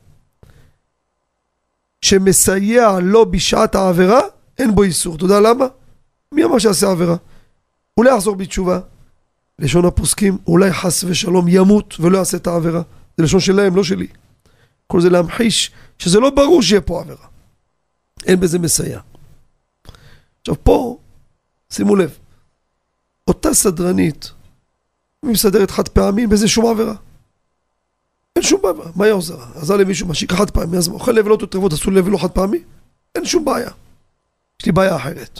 שמסייע לו בשעת העבירה, אין בו איסור. אתה יודע למה? מי אמר שעשה עבירה? אולי יחזור בתשובה. לשון הפוסקים, אולי חס ושלום ימות ולא יעשה את העבירה. זה לשון שלהם, לא שלי. כל זה להמחיש שזה לא ברור שיהיה פה עבירה. אין בזה מסייע. עכשיו פה, שימו לב, אותה סדרנית, היא מסדרת חד פעמים באיזה שום עבירה. אין שום בעיה, מה היא עוזרה? עזר למישהו משיק חד פעמי, אז אוכל לבלות וטרבות, עשו לבלו חד פעמי? אין שום בעיה. יש לי בעיה אחרת.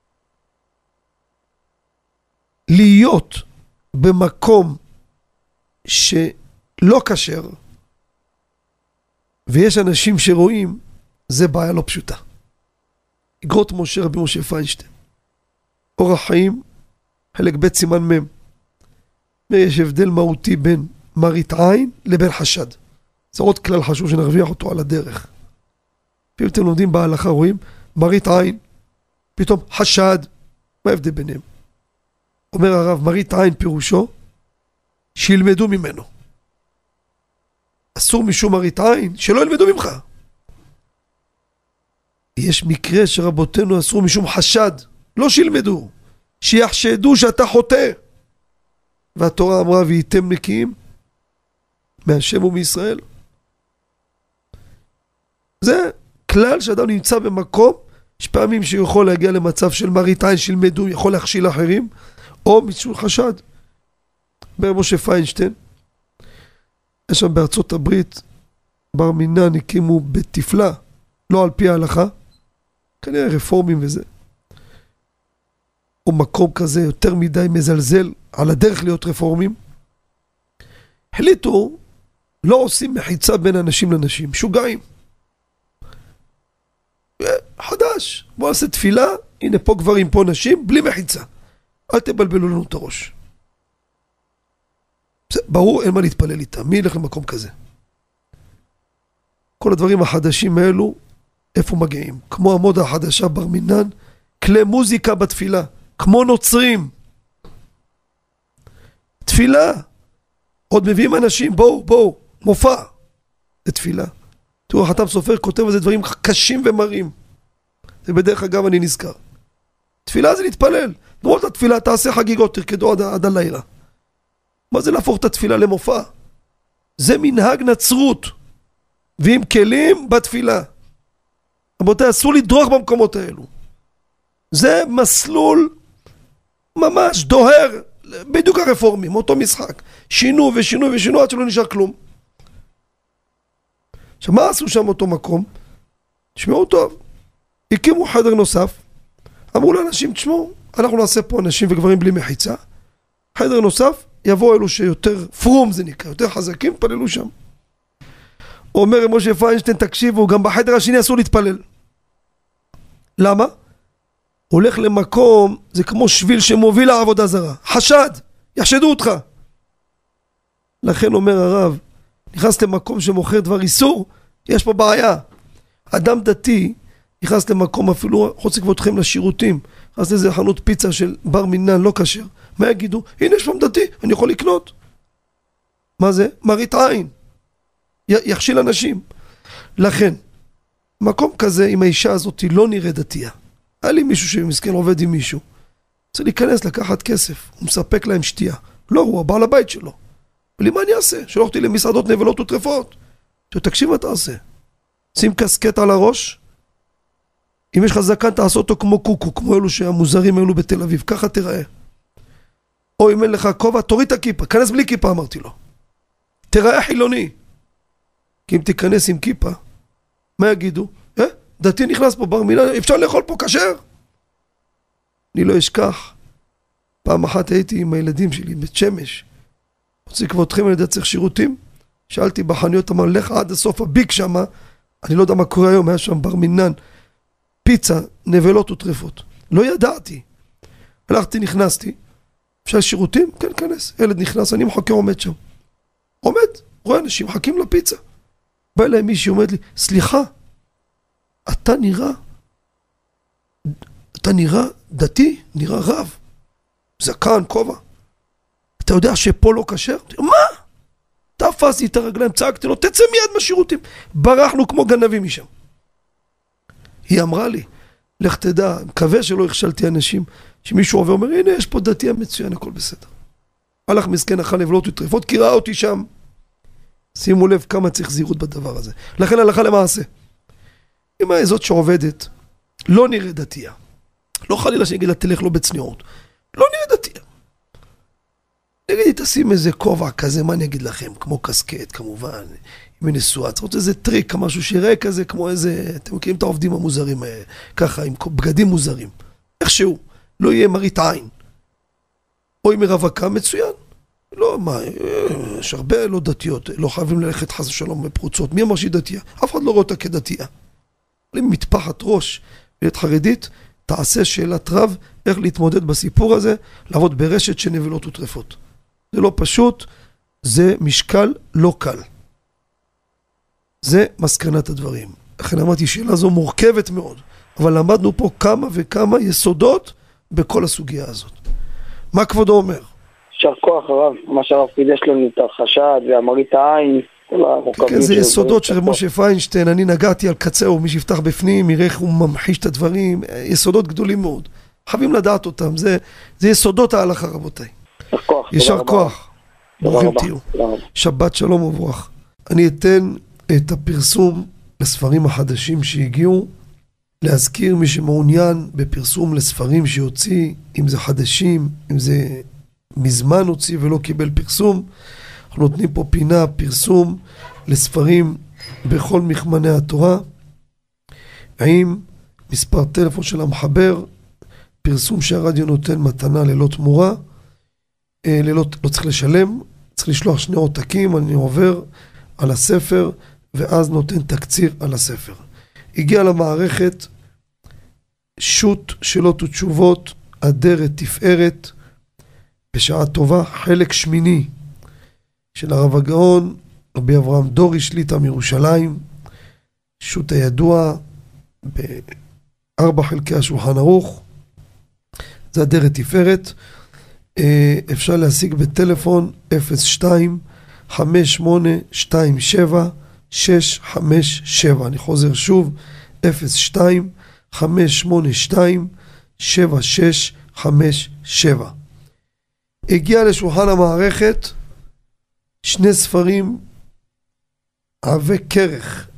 להיות במקום שלא כשר, ויש אנשים שרואים, זה בעיה לא פשוטה. אגרות משה רבי משה פיינשטיין. אורח חיים, חלק ב' סימן מם. יש הבדל מהותי בין מרית עין לבין חשד. זה עוד כלל חשוב שנרוויח אותו על הדרך. אם אתם לומדים בהלכה רואים, מרית עין, פתאום חשד, מה ההבדל ביניהם? אומר הרב, מרית עין פירושו, שילמדו ממנו. אסור משום מרית עין, שלא ילמדו ממך. יש מקרה שרבותינו אסרו משום חשד, לא שילמדו, שיחשדו שאתה חוטא. והתורה אמרה, והייתם נקיים מהשם ומישראל. זה כלל שאדם נמצא במקום, יש פעמים שיכול להגיע למצב של מרית עין שילמדו, יכול להכשיל אחרים, או משום חשד. במשה פיינשטיין, יש שם בארצות הברית, בר מינן הקימו בתפלה, לא על פי ההלכה, כנראה רפורמים וזה. או מקום כזה יותר מדי מזלזל על הדרך להיות רפורמים. החליטו, לא עושים מחיצה בין אנשים לנשים, שוגעים. חדש, בוא נעשה תפילה, הנה פה גברים, פה נשים, בלי מחיצה. אל תבלבלו לנו את הראש. זה ברור, אין מה להתפלל איתם. מי ילך למקום כזה? כל הדברים החדשים האלו, איפה מגיעים? כמו המודה החדשה בר מינן, כלי מוזיקה בתפילה, כמו נוצרים. תפילה. עוד מביאים אנשים, בואו, בואו, מופע. זה תפילה. תראו, החתם סופר כותב על זה דברים קשים ומרים. זה בדרך אגב אני נזכר. תפילה זה להתפלל. נראה את התפילה, תעשה חגיגות, תרקדו עד, עד הלילה. מה זה להפוך את התפילה למופע? זה מנהג נצרות. ועם כלים בתפילה. רבותיי, אסור לדרוך במקומות האלו. זה מסלול ממש דוהר, בדיוק הרפורמים, אותו משחק. שינו ושינו ושינו עד שלא נשאר כלום. עכשיו, מה עשו שם אותו מקום? תשמעו טוב. הקימו חדר נוסף. אמרו לאנשים, תשמעו, אנחנו נעשה פה אנשים וגברים בלי מחיצה. חדר נוסף, יבואו אלו שיותר פרום זה נקרא, יותר חזקים, פללו שם. אומר משה פיינשטיין, תקשיבו, גם בחדר השני אסור להתפלל. למה? הולך למקום, זה כמו שביל שמוביל לעבודה זרה. חשד, יחשדו אותך. לכן אומר הרב, נכנס למקום שמוכר דבר איסור, יש פה בעיה. אדם דתי, נכנס למקום אפילו, חוץ לכבודכם לשירותים, נכנס לזה חנות פיצה של בר מינן, לא כשר. מה יגידו? הנה יש פעם דתי, אני יכול לקנות. מה זה? מרית עין. י- יכשיל אנשים. לכן, מקום כזה, אם האישה הזאת לא נראה דתייה, היה לי מישהו שמסכן עובד עם מישהו, צריך להיכנס, לקחת כסף, הוא מספק להם שתייה. לא, הוא הבעל הבית שלו. ולי מה אני אעשה? שלוחתי למסעדות נבלות וטרפות. תקשיב מה תעשה. שים קסקט על הראש, אם יש לך זקן תעשה אותו כמו קוקו, כמו אלו שהמוזרים אלו בתל אביב, ככה תראה. או אם אין לך כובע, תוריד את הכיפה, כנס בלי כיפה אמרתי לו. תראה חילוני. כי אם תיכנס עם כיפה, מה יגידו? אה? דתי נכנס פה בר מינן, אפשר לאכול פה כשר? אני לא אשכח. פעם אחת הייתי עם הילדים שלי בית שמש. רוצה כבודכם, אני יודע צריך שירותים. שאלתי בחנויות, אמר לך עד הסוף הביק שמה. אני לא יודע מה קורה היום, היה שם בר מינן. פיצה, נבלות וטרפות. לא ידעתי. הלכתי, נכנסתי. אפשר שירותים? כן, כנס. ילד נכנס, אני מחכה עומד שם. עומד, רואה אנשים מחכים לפיצה. בא אליי מישהי אומרת לי, סליחה, אתה נראה, אתה נראה דתי, נראה רב, זקן, כובע. אתה יודע שפה לא כשר? מה? תפסתי את הרגליים, צעקתי לו, תצא מיד מהשירותים. ברחנו כמו גנבים משם. היא אמרה לי, לך תדע, מקווה שלא הכשלתי אנשים, שמישהו עובר ואומר, הנה יש פה דתי המצוין, הכל בסדר. הלך מסכן, אכל לבלות וטרפות, כי ראה אותי שם. שימו לב כמה צריך זהירות בדבר הזה. לכן הלכה למעשה. אם זאת שעובדת, לא נראה דתייה. לא חלילה שיגיד לה, תלך לא בצניעות. לא נראה דתייה. נגיד, תשים איזה כובע כזה, מה אני אגיד לכם? כמו קסקט, כמובן, אם היא נשואה. צריך איזה טריק, משהו שיראה כזה, כמו איזה, אתם מכירים את העובדים המוזרים, ככה, עם בגדים מוזרים. איכשהו, לא יהיה מראית עין. או אם היא רווקה, מצוין. לא, מה, יש הרבה לא דתיות, לא חייבים ללכת חס ושלום בפרוצות. מי אמר שהיא דתייה? אף אחד לא רואה אותה כדתייה. אבל אם מתפחת ראש ולהיות חרדית, תעשה שאלת רב איך להתמודד בסיפור הזה, לעבוד ברשת של נבלות וטרפות. זה לא פשוט, זה משקל לא קל. זה מסקנת הדברים. לכן אמרתי, שאלה זו מורכבת מאוד, אבל למדנו פה כמה וכמה יסודות בכל הסוגיה הזאת. מה כבודו אומר? שר כוח הרב, מה שהרב חידש לנו את החשד והמראית העין, כל המורכבים. זה יסודות של משה פיינשטיין, אני נגעתי על קצהו, מי שיפתח בפנים, יראה איך הוא ממחיש את הדברים, יסודות גדולים מאוד. חייבים לדעת אותם, זה, זה יסודות ההלכה רבותיי. ישר כוח, ברוכים תהיו. שבת שלום וברוך. אני אתן את הפרסום לספרים החדשים שהגיעו, להזכיר מי שמעוניין בפרסום לספרים שיוציא, אם זה חדשים, אם זה מזמן הוציא ולא קיבל פרסום. אנחנו נותנים פה פינה פרסום לספרים בכל מכמני התורה, עם מספר טלפון של המחבר, פרסום שהרדיו נותן מתנה ללא תמורה, ללא, לא צריך לשלם, צריך לשלוח שני עותקים, אני עובר על הספר ואז נותן תקציר על הספר. הגיע למערכת שו"ת שאלות ותשובות, אדרת תפארת, בשעה טובה, חלק שמיני של הרב הגאון, רבי אברהם דורי שליטה מירושלים, שו"ת הידוע בארבע חלקי השולחן ערוך, זה אדרת תפארת. אפשר להשיג בטלפון אפס שתיים חמש שמונה שתיים שבע שש חמש שבע. אני חוזר שוב, אפס שתיים חמש שמונה שתיים שבע שש חמש שבע. הגיע לשולחן המערכת שני ספרים עבי כרך,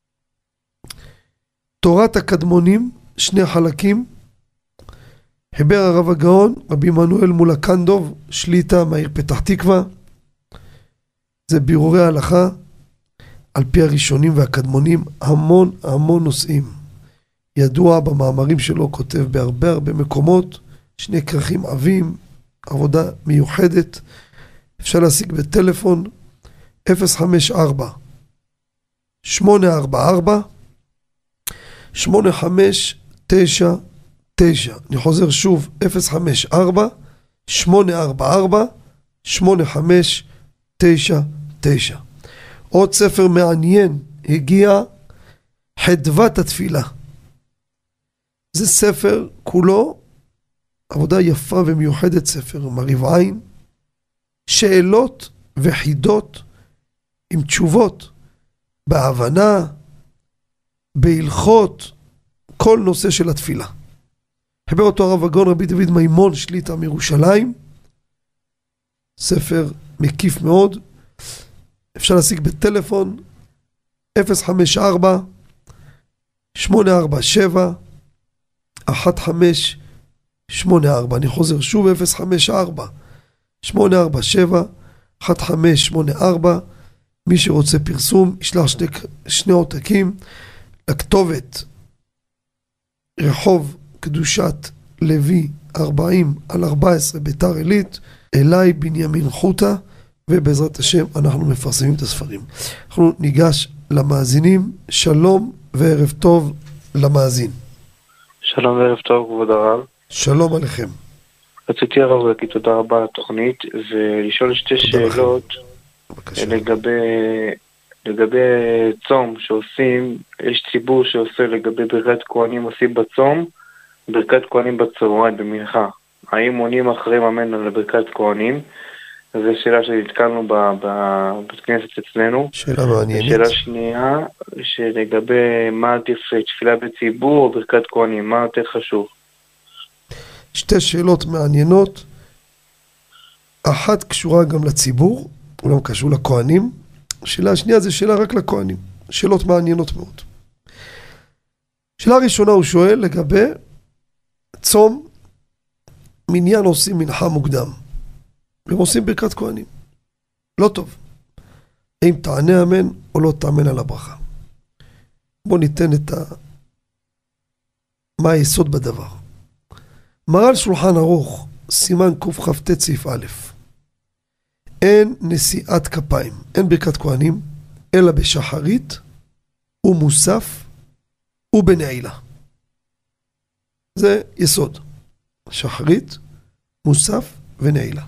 תורת הקדמונים, שני חלקים, חיבר הרב הגאון רבי מנואל מולקנדוב שליטה מהעיר פתח תקווה. זה בירורי ההלכה על פי הראשונים והקדמונים, המון המון נושאים. ידוע במאמרים שלו, כותב בהרבה הרבה מקומות, שני כרכים עבים, עבודה מיוחדת. אפשר להשיג בטלפון אפס חמש ארבע שמונה ארבע ארבע שמונה חמש תשע תשע. אני חוזר שוב, אפס חמש ארבע שמונה ארבע ארבע שמונה חמש תשע תשע. עוד ספר מעניין הגיע, חדוות התפילה. זה ספר כולו עבודה יפה ומיוחדת, ספר מריב עין, שאלות וחידות עם תשובות בהבנה, בהלכות, כל נושא של התפילה. חיבר אותו הרב הגאון רבי דוד מימון שליטה מירושלים, ספר מקיף מאוד. אפשר להשיג בטלפון אפס חמש ארבע שמונה ארבע שבע אחת חמש שמונה ארבע. אני חוזר שוב, אפס חמש ארבע שמונה ארבע שבע אחת חמש שמונה ארבע. מי שרוצה פרסום ישלח שני, שני עותקים לכתובת רחוב קדושת לוי ארבעים על ארבע עשרה ביתר עילית, אליי בנימין חוטה, ובעזרת השם אנחנו מפרסמים את הספרים. אנחנו ניגש למאזינים. שלום וערב טוב למאזין. שלום וערב טוב כבוד הרב. שלום עליכם. רציתי הרב להגיד תודה רבה על התוכנית ולשאול שתי שאלות בבקשה. לגבי לגבי צום שעושים, יש ציבור שעושה לגבי ברכת כהנים עושים בצום, ברכת כהנים בצהריים במנחה. האם עונים אחרי מאמן על ברכת כהנים? זו שאלה שנתקלנו בבית כנסת אצלנו. שאלה מעניינת. שאלה שנייה, שלגבי מה עדיף תפילה בציבור או ברכת כהנים, מה יותר חשוב? שתי שאלות מעניינות. אחת קשורה גם לציבור, אולי קשור לכהנים. השאלה השנייה זה שאלה רק לכהנים. שאלות מעניינות מאוד. שאלה ראשונה הוא שואל לגבי צום, מניין עושים מנחה מוקדם. והם עושים ברכת כהנים. לא טוב. האם תענה אמן או לא תאמן על הברכה. בואו ניתן את ה... מה היסוד בדבר. מרן שולחן ערוך, סימן קכ"ט סעיף א', אין נשיאת כפיים, אין ברכת כהנים, אלא בשחרית ומוסף ובנעילה. זה יסוד. שחרית, מוסף ונעילה.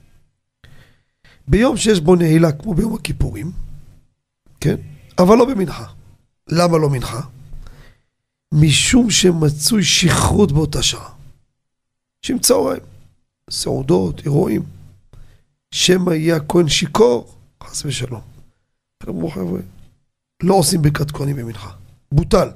ביום שיש בו נעילה כמו ביום הכיפורים, כן? אבל לא במנחה. למה לא מנחה? משום שמצוי שכרות באותה שעה. שם צהריים, סעודות, אירועים. שמא יהיה הכהן שיכור, חס ושלום. אמרו חבר'ה, לא עושים ברכת כהנים במנחה. בוטל.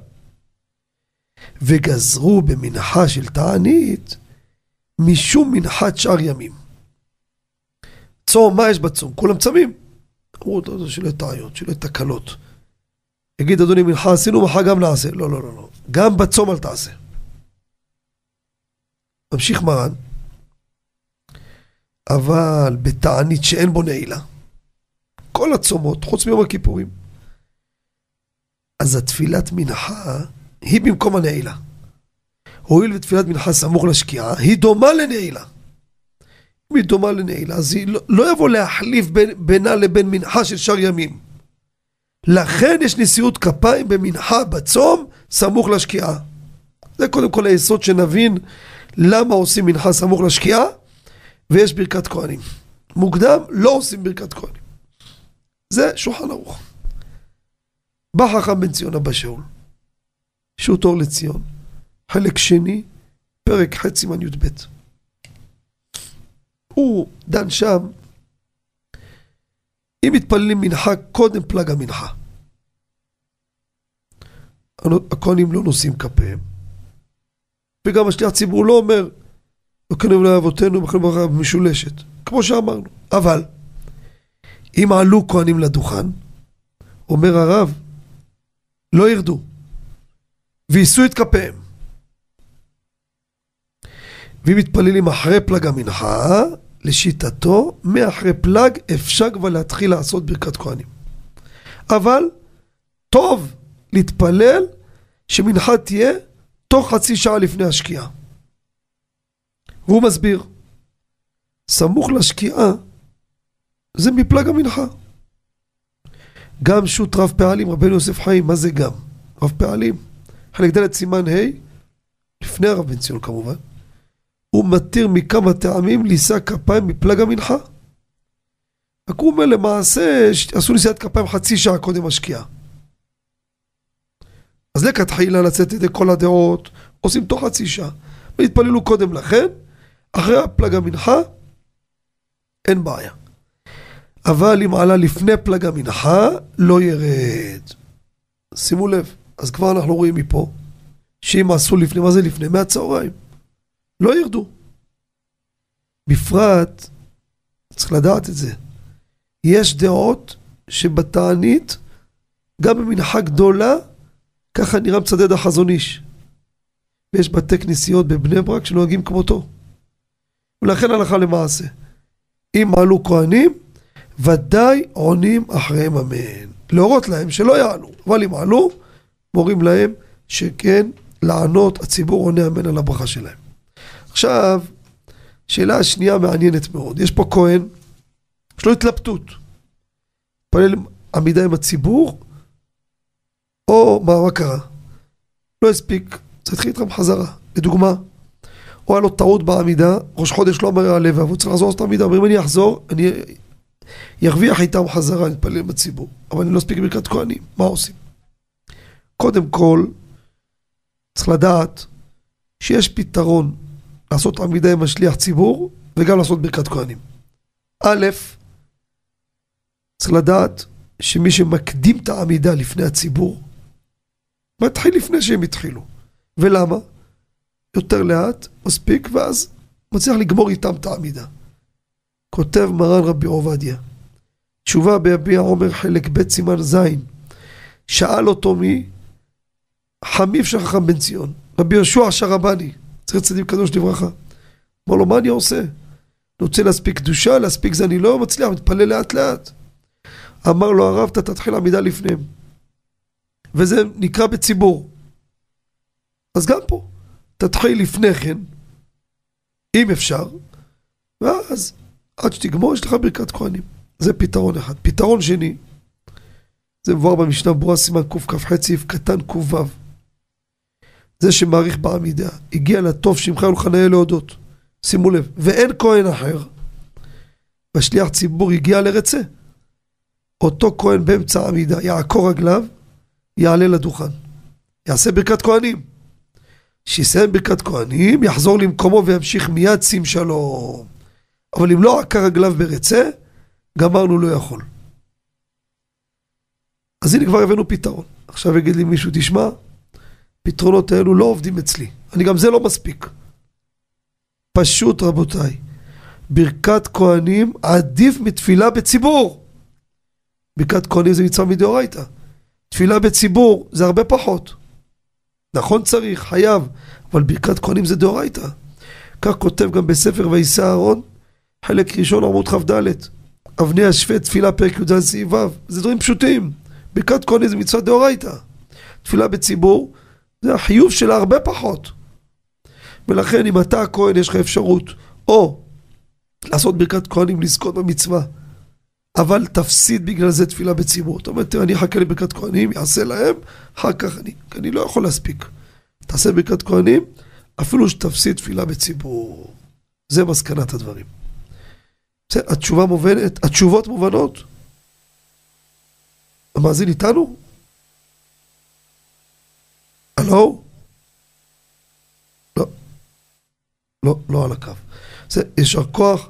וגזרו במנחה של תענית, משום מנחת שאר ימים. צום, מה יש בצום? כולם צמים. אמרו, לא, שלא טעיות, שלא תקלות. יגיד, אדוני, מנחה עשינו, מחר גם נעשה. לא, לא, לא, לא. גם בצום אל תעשה. ממשיך מרן. אבל בתענית שאין בו נעילה. כל הצומות, חוץ מיום הכיפורים. אז התפילת מנחה היא במקום הנעילה. הואיל ותפילת מנחה סמוך לשקיעה, היא דומה לנעילה. אם היא דומה לנעילה, אז היא לא, לא יבוא להחליף בין, בינה לבין מנחה של שאר ימים. לכן יש נשיאות כפיים במנחה בצום סמוך לשקיעה. זה קודם כל היסוד שנבין למה עושים מנחה סמוך לשקיעה, ויש ברכת כהנים. מוקדם לא עושים ברכת כהנים. זה שולחן ערוך. בא חכם בן ציון אבא שאול, שו"ת אור לציון, חלק שני, פרק ח' סימן י"ב. הוא דן שם, אם מתפללים מנחה קודם פלג המנחה. הכהנים לא נושאים כפיהם, וגם השליח ציבור לא אומר, וכנו לאבותינו וכנו ברכה משולשת, כמו שאמרנו. אבל, אם עלו כהנים לדוכן, אומר הרב, לא ירדו, ויישאו את כפיהם. ואם מתפללים אחרי פלג המנחה, לשיטתו, מאחרי פלג אפשר כבר להתחיל לעשות ברכת כהנים. אבל, טוב להתפלל שמנחה תהיה תוך חצי שעה לפני השקיעה. והוא מסביר, סמוך לשקיעה, זה מפלג המנחה. גם שו"ת רב פעלים, רבנו יוסף חיים, מה זה גם? רב פעלים, חלק ד' סימן ה', לפני הרב בן ציון כמובן, הוא מתיר מכמה טעמים לישא כפיים מפלג המנחה. רק הוא אומר למעשה, עשו נשיאת כפיים חצי שעה קודם השקיעה. אז לכתחילה לצאת ידי כל הדעות, עושים תוך חצי שעה. והתפללו קודם לכן, אחרי הפלג המנחה, אין בעיה. אבל אם עלה לפני פלג המנחה, לא ירד. שימו לב, אז כבר אנחנו רואים מפה, שאם עשו לפני, מה זה לפני? מהצהריים. לא ירדו. בפרט, צריך לדעת את זה, יש דעות שבתענית, גם במנחה גדולה, ככה נראה מצדד החזון איש. ויש בתי כנסיות בבני ברק שנוהגים כמותו. ולכן הלכה למעשה. אם עלו כהנים, ודאי עונים אחריהם אמן. להורות להם שלא יעלו, אבל אם עלו, מורים להם שכן לענות, הציבור עונה אמן על הברכה שלהם. עכשיו, שאלה השנייה מעניינת מאוד. יש פה כהן, יש לו התלבטות. פלל עמידה עם הציבור, או מה, מה קרה? לא הספיק, צריך להתחיל איתכם חזרה. לדוגמה, או היה לו טעות בעמידה, ראש חודש לא אומר עליו, והוא צריך לחזור את העמידה, אומר, אם אני אחזור, אני ירוויח איתם חזרה, נתפלל בציבור, אבל אני לא אספיק ברכת כהנים. מה עושים? קודם כל, צריך לדעת שיש פתרון לעשות עמידה עם השליח ציבור, וגם לעשות ברכת כהנים. א', צריך לדעת שמי שמקדים את העמידה לפני הציבור, מתחיל לפני שהם התחילו. ולמה? יותר לאט, מספיק, ואז מצליח לגמור איתם את העמידה. כותב מרן רבי עובדיה, תשובה ביביע עומר חלק ב' סימן זין, שאל אותו מי? חמיב של חכם בן ציון, רבי יהושע שרבני, צריך צדיק קדוש לברכה. אמר לו, מה אני עושה? אני רוצה להספיק קדושה, להספיק זה אני לא מצליח, מתפלל לאט לאט. אמר לו הרב, אתה תתחיל עמידה לפניהם. וזה נקרא בציבור. אז גם פה, תתחיל לפני כן, אם אפשר, ואז עד שתגמור יש לך ברכת כהנים. זה פתרון אחד. פתרון שני, זה מבואר במשנה ברורה סימן קכ"ח סעיף קטן ק"ו. זה שמעריך בעמידה, הגיע לטוב שמך ולחניה להודות. שימו לב, ואין כהן אחר, והשליח ציבור הגיע לרצה. אותו כהן באמצע העמידה, יעקור רגליו, יעלה לדוכן. יעשה ברכת כהנים. שיסיים ברכת כהנים, יחזור למקומו וימשיך מיד שים שלום. אבל אם לא עקר רגליו ברצה, גמרנו לא יכול. אז הנה כבר הבאנו פתרון. עכשיו יגיד לי מישהו, תשמע, פתרונות האלו לא עובדים אצלי. אני גם זה לא מספיק. פשוט רבותיי, ברכת כהנים עדיף מתפילה בציבור. ברכת כהנים זה מצווה מדאורייתא. תפילה בציבור זה הרבה פחות. נכון צריך, חייב, אבל ברכת כהנים זה דאורייתא. כך כותב גם בספר ויישא אהרון, חלק ראשון עמוד כ"ד. אבני השפט תפילה פרק י"ז סעיף ו'. זה דברים פשוטים. ברכת כהנים זה מצווה דאורייתא. תפילה בציבור זה החיוב שלה הרבה פחות. ולכן אם אתה הכהן יש לך אפשרות או לעשות ברכת כהנים לזכות במצווה, אבל תפסיד בגלל זה תפילה בציבור. זאת אומרת, אני אחכה לברכת כהנים, יעשה להם, אחר כך אני, כי אני לא יכול להספיק. תעשה ברכת כהנים, אפילו שתפסיד תפילה בציבור. זה מסקנת הדברים. התשובה מובנת, התשובות מובנות. המאזין איתנו? הלו? לא. לא, לא על הקו. זה ישר כוח.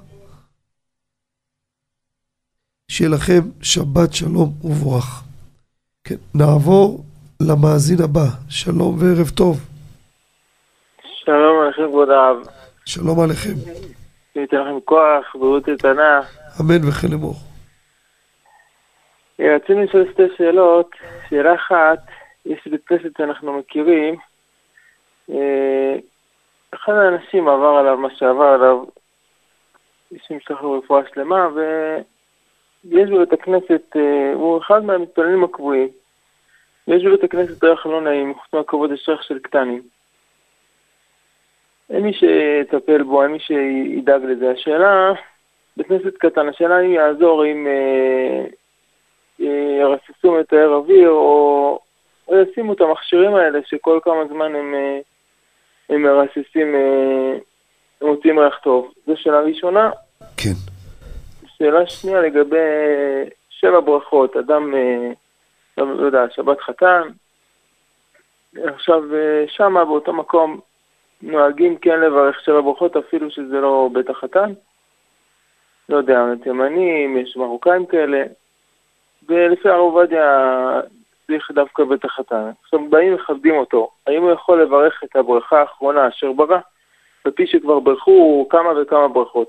שיהיה לכם שבת שלום וברך. כן, נעבור למאזין הבא. שלום וערב טוב. שלום עליכם כבוד הרב. שלום עליכם. ניתן לכם כוח, בריאות איתנה. אמן וכן אמור. רצינו לשאול שתי שאלות. שאלה אחת, יש בית כנסת שאנחנו מכירים. אחד האנשים עבר עליו מה שעבר עליו, יש משלח רפואה שלמה, ויש בבית הכנסת, הוא אחד מהמתפללים הקבועים, ויש בבית הכנסת ריח לא נעים, חוץ מהכבוד יש ריח של קטנים. אין מי שיטפל בו, אין מי שידאג לזה. השאלה, בית כנסת קטן, השאלה אם יעזור, אם ירססו מתאר אוויר, או, או ישימו את המכשירים האלה, שכל כמה זמן הם, הם מרססים, הם מוצאים ריח טוב. זו שאלה ראשונה. כן. שאלה שנייה לגבי שבע ברכות. אדם, לא יודע, שבת חתן, עכשיו שמה באותו מקום, נוהגים כן לברך שבע ברכות, אפילו שזה לא בית החתן. לא יודע, תימנים, יש מרוקאים כאלה. ולפי הרב עובדיה צריך דווקא בית החתן. עכשיו באים מכבדים אותו. האם הוא יכול לברך את הברכה האחרונה אשר ברא? בפי שכבר ברכו כמה וכמה ברכות.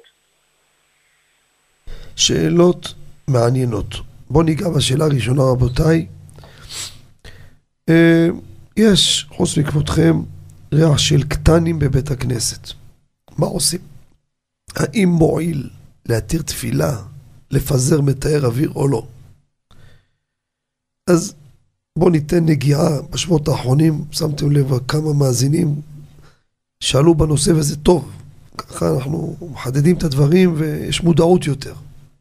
שאלות מעניינות. בואו ניגע בשאלה הראשונה רבותיי. יש, חוץ מכבודכם, ריח של קטנים בבית הכנסת. מה עושים? האם מועיל להתיר תפילה, לפזר מתאר אוויר או לא? אז בואו ניתן נגיעה. בשבועות האחרונים שמתם לב כמה מאזינים שאלו בנושא וזה טוב. ככה אנחנו מחדדים את הדברים ויש מודעות יותר.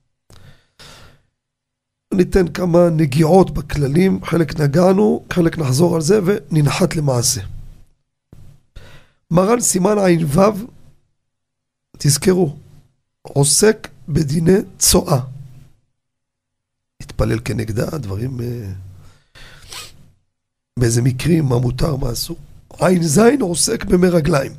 ניתן כמה נגיעות בכללים, חלק נגענו, חלק נחזור על זה וננחת למעשה. מרן סימן עין וו, תזכרו, עוסק בדיני צועה. להתפלל כנגדה, דברים, באיזה מקרים, מה מותר, מה אסור. עין זין עוסק במרגליים.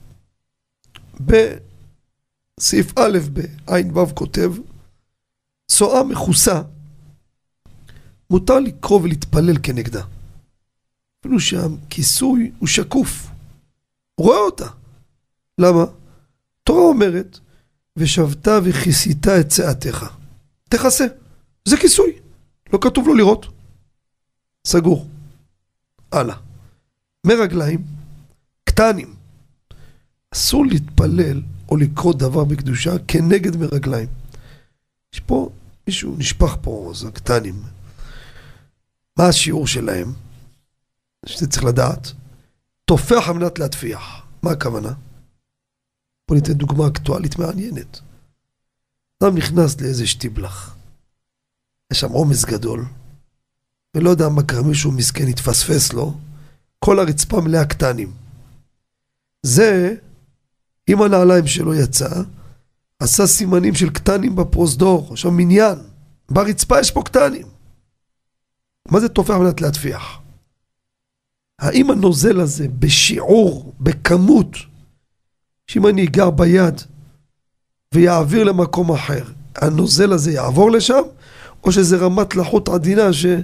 בסעיף א' בעין ו' כותב, צואה מכוסה, מותר לקרוא ולהתפלל כנגדה. אפילו שהכיסוי הוא שקוף. רואה אותה. למה? תורה אומרת, ושבת וכיסית את צאתך. תכסה. זה כיסוי. לא כתוב לו לראות. סגור. הלאה. מרגליים, קטנים. אסור להתפלל או לקרוא דבר בקדושה כנגד מרגליים. יש פה, מישהו נשפך פה, זה קטנים. מה השיעור שלהם? שאתה צריך לדעת. תופח על מנת להטפיח. מה הכוונה? בוא ניתן דוגמה אקטואלית מעניינת. אדם נכנס לאיזה שטיבלח. יש שם עומס גדול. ולא יודע מה קרה, מישהו מסכן התפספס לו. כל הרצפה מלאה קטנים. זה, אם הנעליים שלו יצא, עשה סימנים של קטנים בפרוזדור. עכשיו מניין. ברצפה יש פה קטנים. מה זה תופח על מנת להטפיח? האם הנוזל הזה בשיעור, בכמות, שאם אני אגר ביד ויעביר למקום אחר, הנוזל הזה יעבור לשם, או שזה רמת לחות עדינה ש...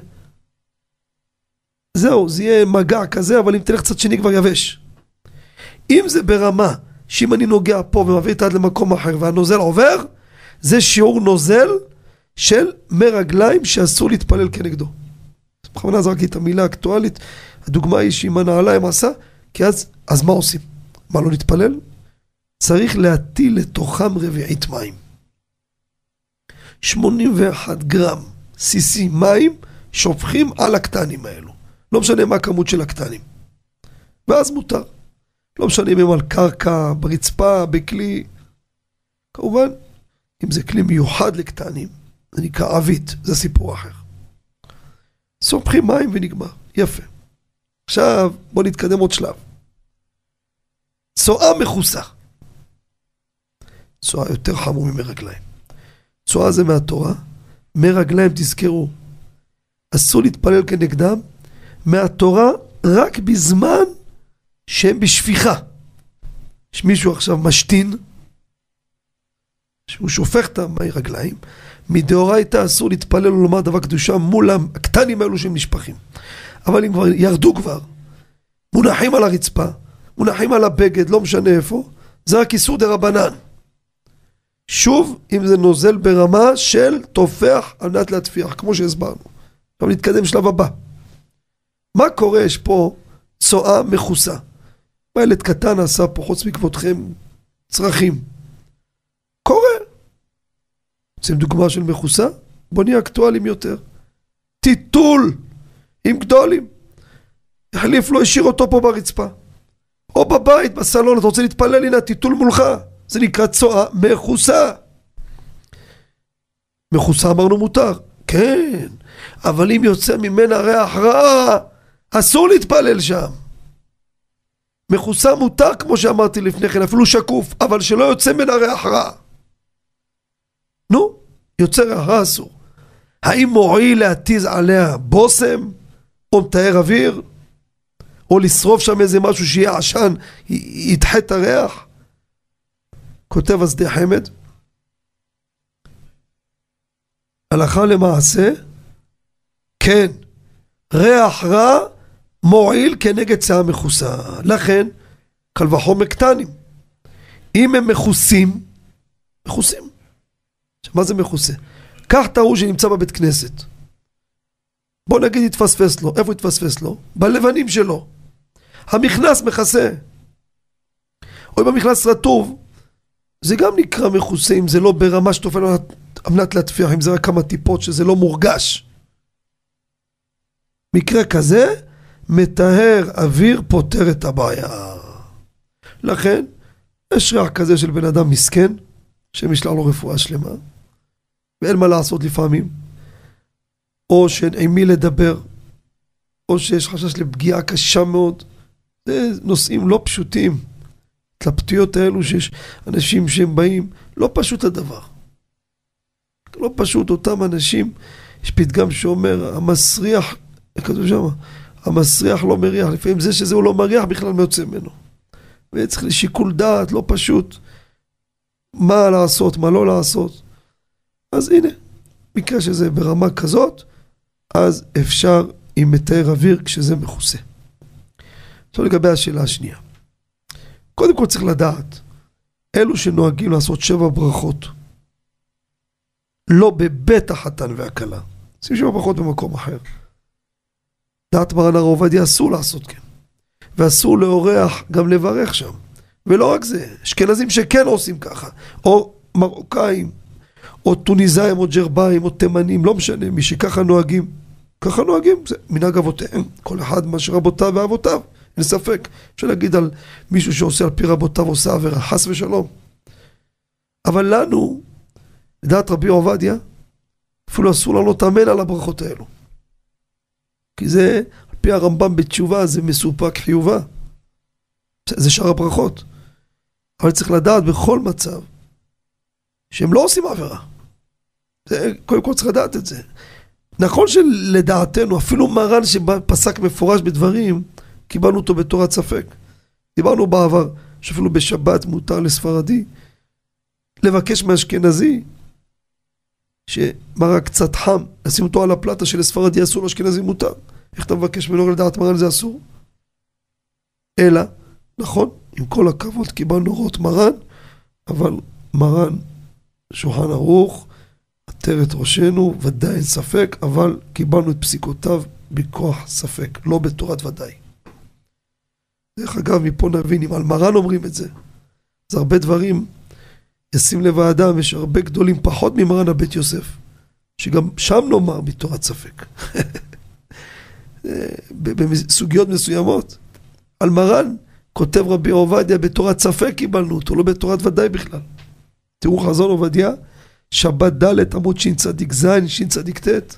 זהו, זה יהיה מגע כזה, אבל אם תלך קצת שני כבר יבש. אם זה ברמה שאם אני נוגע פה ומעביר את היד למקום אחר והנוזל עובר, זה שיעור נוזל של מרגליים שאסור להתפלל כנגדו. בכוונה זרקתי את המילה האקטואלית, הדוגמה היא שאם הנעליים עשה, כי אז, אז מה עושים? מה, לא נתפלל? צריך להטיל לתוכם רביעית מים. שמונים ואחד גרם סיסי מים שופכים על הקטנים האלו. לא משנה מה הכמות של הקטנים. ואז מותר. לא משנה אם הם על קרקע, ברצפה, בכלי. כמובן, אם זה כלי מיוחד לקטנים, זה נקרא עבית, זה סיפור אחר. סופחים מים ונגמר. יפה. עכשיו בוא נתקדם עוד שלב. צואה מכוסה. צואה יותר חמור ממרגליים. צואה זה מהתורה. מרגליים תזכרו. אסור להתפלל כנגדם מהתורה רק בזמן שהם בשפיכה. יש מישהו עכשיו משתין, שהוא שופך את המי רגליים, מדאורייתא אסור להתפלל או לומר דבר קדושה מול הקטנים האלו שהם נשפכים. אבל אם כבר ירדו כבר, מונחים על הרצפה, מונחים על הבגד, לא משנה איפה, זה רק איסור דרבנן. שוב, אם זה נוזל ברמה של תופח על מנת להטפיח, כמו שהסברנו. עכשיו נתקדם שלב הבא. מה קורה? יש פה צואה מכוסה. מה ילד קטן עשה פה חוץ מכבודכם צרכים? קורה. רוצים דוגמה של מכוסה? בוא נהיה אקטואלים יותר. טיטול עם גדולים. החליף לו, השאיר אותו פה ברצפה. או בבית, בסלון, אתה רוצה להתפלל, הנה טיטול מולך. זה נקרא צואה מכוסה. מכוסה אמרנו מותר. כן, אבל אם יוצא ממנה ריח רע, אסור להתפלל שם. מכוסה מותר, כמו שאמרתי לפני כן, אפילו שקוף, אבל שלא יוצא ממנה ריח רע. נו, יוצא ריח רע אסור. האם מועיל להתיז עליה בוסם, או מתאר אוויר, או לשרוף שם איזה משהו שיהיה עשן, ידחה את הריח? כותב השדה חמד, הלכה למעשה, כן, ריח רע מועיל כנגד צאה מכוסה. לכן, קל וחומר קטנים. אם הם מכוסים, מכוסים. מה זה מכוסה? קח את ההוא שנמצא בבית כנסת. בוא נגיד יתפספס לו. איפה יתפספס לו? בלבנים שלו. המכנס מכסה. או אם המכנס רטוב, זה גם נקרא מכוסה, אם זה לא ברמה שתופל על מנת להטפיח, אם זה רק כמה טיפות שזה לא מורגש. מקרה כזה, מטהר אוויר פותר את הבעיה. לכן, יש ריח כזה של בן אדם מסכן, שמשלח לו רפואה שלמה, ואין מה לעשות לפעמים, או שאין מי לדבר, או שיש חשש לפגיעה קשה מאוד. זה נושאים לא פשוטים. התלבטויות האלו שיש אנשים שהם באים, לא פשוט הדבר. לא פשוט אותם אנשים יש פתגם שאומר, המסריח, כתוב שם, המסריח לא מריח, לפעמים זה שזה הוא לא מריח בכלל מיוצא ממנו. וצריך לשיקול דעת, לא פשוט, מה לעשות, מה לא לעשות. אז הנה, מקרה שזה ברמה כזאת, אז אפשר עם מתאר אוויר כשזה מכוסה. עכשיו לגבי השאלה השנייה. קודם כל צריך לדעת, אלו שנוהגים לעשות שבע ברכות, לא בבית החתן והכלה, עושים שבע ברכות במקום אחר. דעת מרן הרב עובדיה אסור לעשות כן. ואסור לאורח גם לברך שם. ולא רק זה, אשכנזים שכן עושים ככה, או מרוקאים, או טוניסאים, או ג'רבאים, או תימנים, לא משנה, מי שככה נוהגים, ככה נוהגים, זה מנהג אבותיהם, כל אחד מה שרבותיו ואבותיו, אין ספק. אפשר להגיד על מישהו שעושה על פי רבותיו עושה עבירה, חס ושלום. אבל לנו, לדעת רבי עובדיה, אפילו אסור לנו תאמן על הברכות האלו. כי זה, על פי הרמב"ם בתשובה, זה מסופק חיובה. זה שאר הברכות. אבל צריך לדעת בכל מצב, שהם לא עושים עבירה. זה, קודם כל צריך לדעת את זה. נכון שלדעתנו, אפילו מרן שפסק מפורש בדברים, קיבלנו אותו בתורת ספק. דיברנו בעבר, שאפילו בשבת מותר לספרדי, לבקש מאשכנזי, שמרק קצת חם, לשים אותו על הפלטה של ספרדי אסור, לאשכנזי מותר. איך אתה מבקש ממנו לדעת מרן זה אסור? אלא, נכון, עם כל הכבוד קיבלנו הוראות מרן, אבל מרן שולחן ערוך, עטר את ראשנו, ודאי אין ספק, אבל קיבלנו את פסיקותיו בכוח ספק, לא בתורת ודאי. דרך אגב, מפה נבין, אם על מרן אומרים את זה, אז הרבה דברים, ישים לב האדם, יש הרבה גדולים פחות ממרן הבית יוסף, שגם שם נאמר בתורת ספק. בסוגיות מסוימות. על מרן, כותב רבי עובדיה, בתורת ספק קיבלנו אותו, לא בתורת ודאי בכלל. תראו חזון עובדיה, שבת ד' עמוד שין צדיק זין, שין צדיק ת'.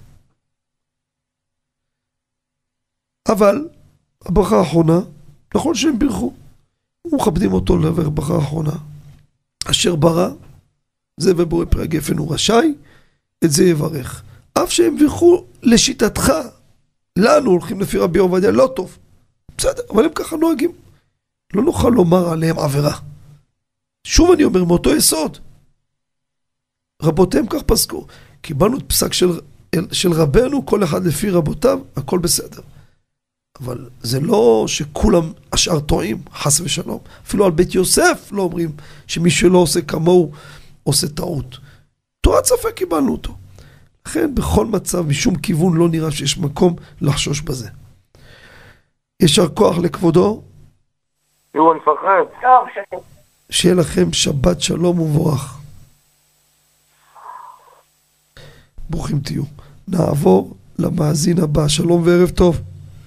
אבל, הברכה האחרונה, נכון שהם בירכו. ומכבדים אותו לעבר הברכה האחרונה. אשר ברא, זה ובורא פרי הגפן הוא רשאי, את זה יברך. אף שהם בירכו לשיטתך, לנו הולכים לפי רבי עובדיה, לא טוב. בסדר, אבל הם ככה נוהגים. לא נוכל לומר עליהם עבירה. שוב אני אומר, מאותו יסוד. רבותיהם כך פסקו. קיבלנו את פסק של, של רבנו, כל אחד לפי רבותיו, הכל בסדר. אבל זה לא שכולם השאר טועים, חס ושלום. אפילו על בית יוסף לא אומרים שמי שלא עושה כמוהו עושה טעות. תורת ספק קיבלנו אותו. לכן בכל מצב, משום כיוון לא נראה שיש מקום לחשוש בזה. ישר כוח לכבודו. יואו, אני מפחד. שיהיה לכם שבת שלום ומבורך. ברוכים תהיו. נעבור למאזין הבא. שלום וערב טוב.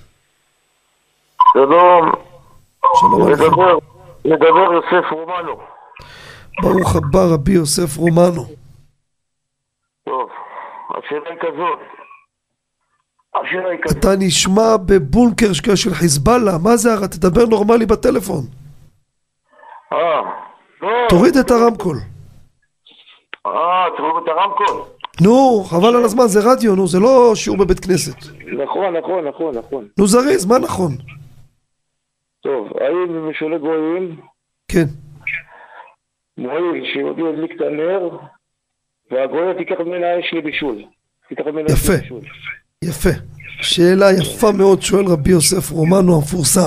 שלום. שלום עליכם. מדבר, מדבר יוסף רומנו. ברוך הבא רבי יוסף רומנו. טוב, השאלה היא כזאת. השאלה היא כזאת. אתה נשמע בבונקר של חיזבאללה. מה זה הרי? תדבר נורמלי בטלפון. אה, לא. תוריד את הרמקול. אה, תוריד את הרמקול. נו, חבל על הזמן, זה רדיו, נו, זה לא שיעור בבית כנסת. נכון, נכון, נכון, נכון. נו זריז, מה נכון? טוב, האם בשולי גויים, כן. מועיל שיהודי ידליק את הנר, והגויה תיקח ממנה אש לבישול. תיקח ממנה אש יפה, לבישול. יפה. שאלה יפה מאוד, שואל רבי יוסף רומנו המפורסם.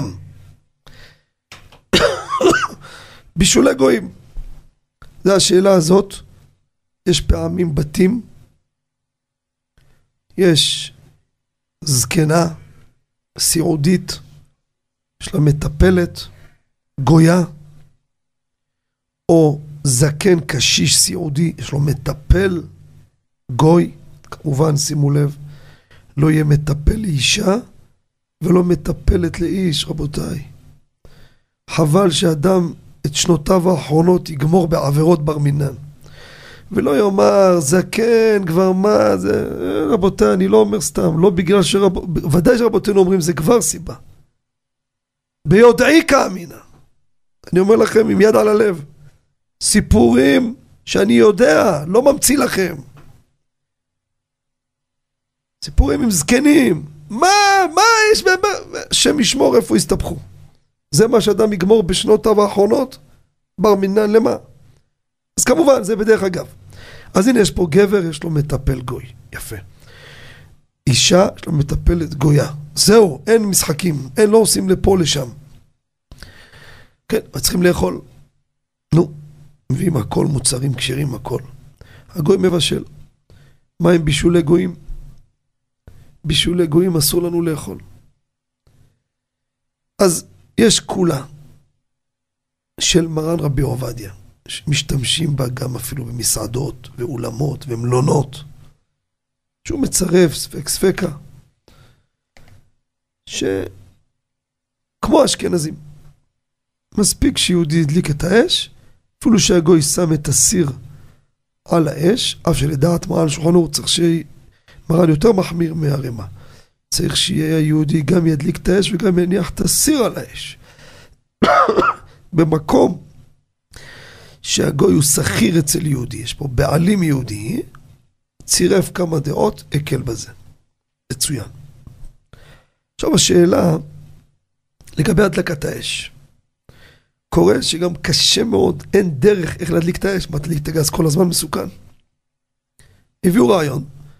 בישולי גויים. זה השאלה הזאת. יש פעמים בתים, יש זקנה סיעודית, יש לה מטפלת, גויה, או זקן קשיש סיעודי, יש לו מטפל, גוי, כמובן שימו לב, לא יהיה מטפל לאישה, ולא מטפלת לאיש, רבותיי. חבל שאדם את שנותיו האחרונות יגמור בעבירות בר מינן. ולא יאמר, זקן, כבר מה, זה, רבותיי, אני לא אומר סתם, לא בגלל שרב... ודאי שרבותינו אומרים, זה כבר סיבה. ביודעי כאמינה. אני אומר לכם, עם יד על הלב, סיפורים שאני יודע, לא ממציא לכם. סיפורים עם זקנים. מה, מה יש, שם ישמור איפה הסתבכו. זה מה שאדם יגמור בשנותיו האחרונות, בר מינן למה. אז כמובן, זה בדרך אגב. אז הנה יש פה גבר, יש לו מטפל גוי. יפה. אישה, יש לו מטפלת גויה. זהו, אין משחקים, אין, לא עושים לפה לשם. כן, אבל צריכים לאכול. נו, מביאים הכל, מוצרים כשרים, הכל. הגוי מבשל. מה עם בישולי גויים? בישולי גויים אסור לנו לאכול. אז יש כולה של מרן רבי עובדיה, שמשתמשים בה גם אפילו במסעדות ואולמות ומלונות, שהוא מצרף ספק ספקה, שכמו אשכנזים, מספיק שיהודי הדליק את האש, אפילו שהגוי שם את הסיר על האש, אף שלדעת מרן שולחן אורוך צריך שיהיה מרן יותר מחמיר מהרמה. צריך שיהיה היהודי גם ידליק את האש וגם יניח את הסיר על האש. במקום שהגוי הוא שכיר אצל יהודי, יש פה בעלים יהודי, צירף כמה דעות, הקל בזה. מצוין. עכשיו השאלה לגבי הדלקת האש. קורה שגם קשה מאוד, אין דרך איך להדליק את האש, מה תדליק את הגז כל הזמן מסוכן. הביאו רעיון,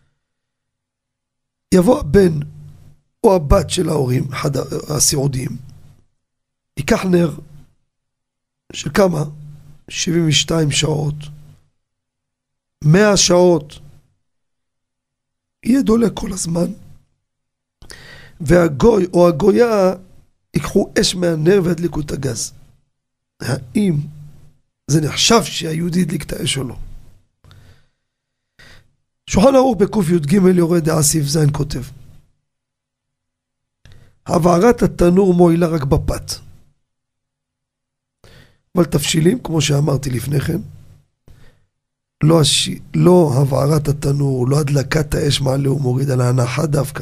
יבוא הבן או הבת של ההורים, אחד הסיעודיים, ייקח נר של כמה? שבעים ושתיים שעות, מאה שעות, יהיה דולק כל הזמן, והגוי או הגויה ייקחו אש מהנר והדליקו את הגז. האם זה נחשב שהיהודי הדליק את האש או לא? שולחן ערוך בקוף י"ג יורה דעה סעיף זין כותב, הבערת התנור מועילה רק בפת, אבל תבשילים, כמו שאמרתי לפני כן, לא, הש... לא הבערת התנור, לא הדלקת האש מעלה ומוריד, על ההנחה דווקא.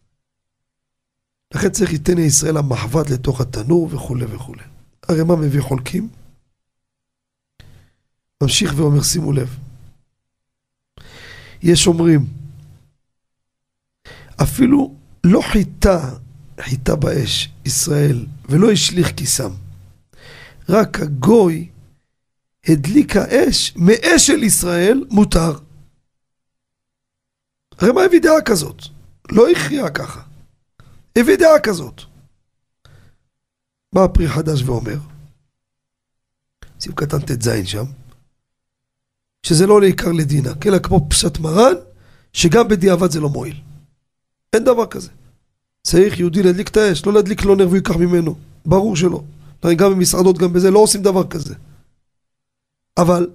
לכן צריך ייתן ישראל המחבת לתוך התנור וכו' וכו'. הרי מה מביא חולקים? ממשיך ואומר, שימו לב, יש אומרים, אפילו לא חיטה, חיטה באש ישראל, ולא השליך כיסם, רק הגוי הדליק האש מאש של ישראל, מותר. הרי מה הביא דעה כזאת? לא הכריע ככה. הביא דעה כזאת. מה הפרי חדש ואומר? שים קטן תזיין שם, שזה לא לעיקר לדינה, אלא כמו פשט מרן, שגם בדיעבד זה לא מועיל. אין דבר כזה. צריך יהודי להדליק את האש, לא להדליק לו נר ויקח ממנו. ברור שלא. גם במסעדות, גם בזה, לא עושים דבר כזה. אבל,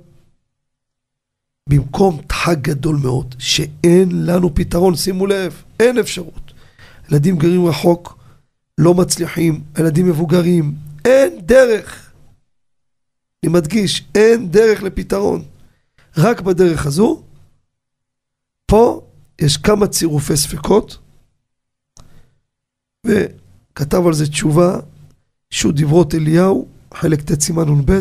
במקום דחק גדול מאוד, שאין לנו פתרון, שימו לב, אין אפשרות. ילדים גרים רחוק, לא מצליחים, ילדים מבוגרים, אין דרך. אני מדגיש, אין דרך לפתרון. רק בדרך הזו, פה יש כמה צירופי ספקות, וכתב על זה תשובה, שהוא דברות אליהו, חלק ת' סימן נ"ב,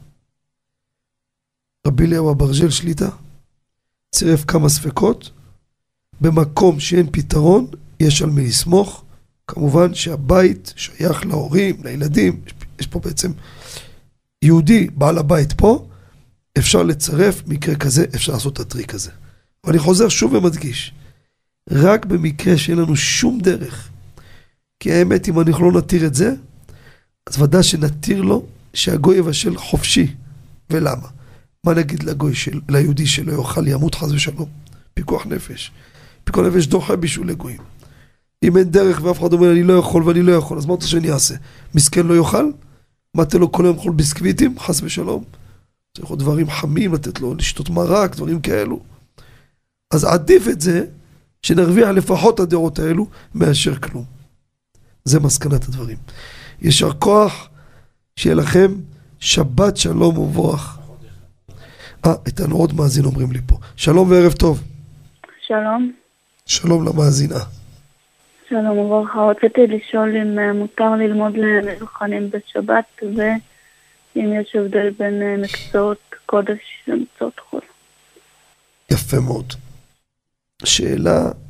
רבי אליהו אברג'ל שליטה, צירף כמה ספקות, במקום שאין פתרון, יש על מי לסמוך, כמובן שהבית שייך להורים, לילדים, יש פה בעצם יהודי, בעל הבית פה, אפשר לצרף מקרה כזה, אפשר לעשות את הטריק הזה. ואני חוזר שוב ומדגיש, רק במקרה שאין לנו שום דרך, כי האמת אם אנחנו לא נתיר את זה, אז ודאי שנתיר לו שהגוי יבשל חופשי. ולמה? מה נגיד לגוי של, ליהודי שלא יאכל ימות חס ושלום? פיקוח נפש. פיקוח נפש דוחה בישול לגויים. אם אין דרך ואף אחד אומר אני לא יכול ואני לא יכול, אז מה אתה שאני אעשה? מסכן לא יאכל? מה תן לו כל היום אכול ביסקוויטים? חס ושלום. צריך עוד דברים חמים לתת לו, לשתות מרק, דברים כאלו. אז עדיף את זה שנרוויח לפחות הדעות האלו מאשר כלום. זה מסקנת הדברים. ישר כוח, שיהיה לכם שבת שלום וברוך. אה, איתנו עוד מאזין אומרים לי פה. שלום וערב טוב. שלום. שלום למאזינה. שלום וברכה. רציתי לשאול אם מותר ללמוד למלחנים בשבת, ואם יש הבדל בין מקצועות קודש למקצועות חול. יפה מאוד. שאלה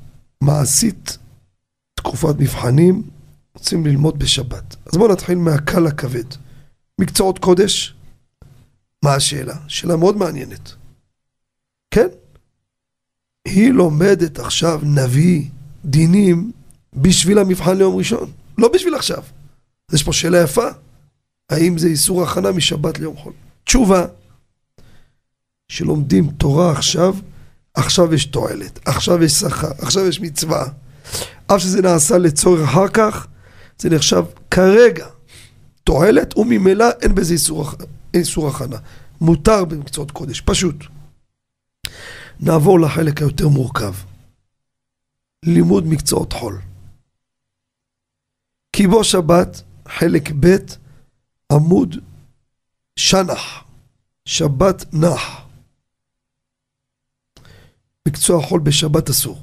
מעשית, תקופת מבחנים, רוצים ללמוד בשבת. אז בואו נתחיל מהקל לכבד. מקצועות קודש, מה השאלה? שאלה מאוד מעניינת. כן? היא לומדת עכשיו נביא, דינים, בשביל המבחן ליום ראשון. לא בשביל עכשיו. יש פה שאלה יפה. האם זה איסור הכנה משבת ליום חול? תשובה, שלומדים תורה עכשיו, עכשיו יש תועלת, עכשיו יש שכר, עכשיו יש מצווה. אף שזה נעשה לצורך אחר כך, זה נחשב כרגע תועלת, וממילא אין בזה איסור, אין איסור הכנה. מותר במקצועות קודש, פשוט. נעבור לחלק היותר מורכב. לימוד מקצועות חול. כי בו שבת, חלק ב' עמוד שנח, שבת נח. מקצוע חול בשבת אסור.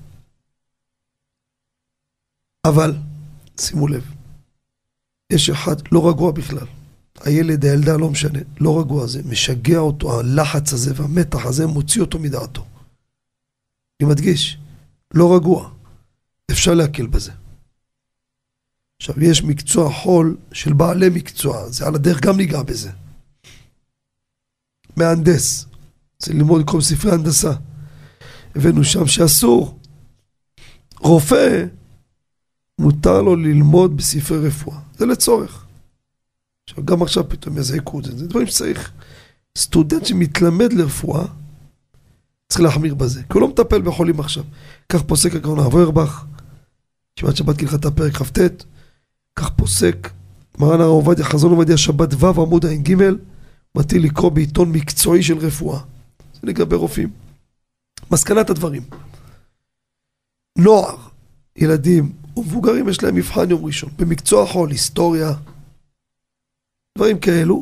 אבל, שימו לב, יש אחד לא רגוע בכלל. הילד, הילדה, לא משנה, לא רגוע זה, משגע אותו, הלחץ הזה והמתח הזה מוציא אותו מדעתו. אני מדגיש, לא רגוע. אפשר להקל בזה. עכשיו, יש מקצוע חול של בעלי מקצוע, זה על הדרך גם ניגע בזה. מהנדס, זה ללמוד כל ספרי הנדסה. הבאנו שם שאסור. רופא, מותר לו ללמוד בספרי רפואה. זה לצורך. עכשיו, גם עכשיו פתאום יזעקו את זה. זה דברים שצריך. סטודנט שמתלמד לרפואה, צריך להחמיר בזה. כי הוא לא מטפל בחולים עכשיו. כך פוסק הגאון הרב אוירבך, שבת שבת כהלכתה פרק כ"ט, כך פוסק מרן הרב עובדיה, חזון עובדיה שבת ו' עמוד ע"ג, מתחיל לקרוא בעיתון מקצועי של רפואה. זה לגבי רופאים. מסקנת הדברים. נוער, ילדים ומבוגרים יש להם מבחן יום ראשון. במקצוע חול, היסטוריה, דברים כאלו.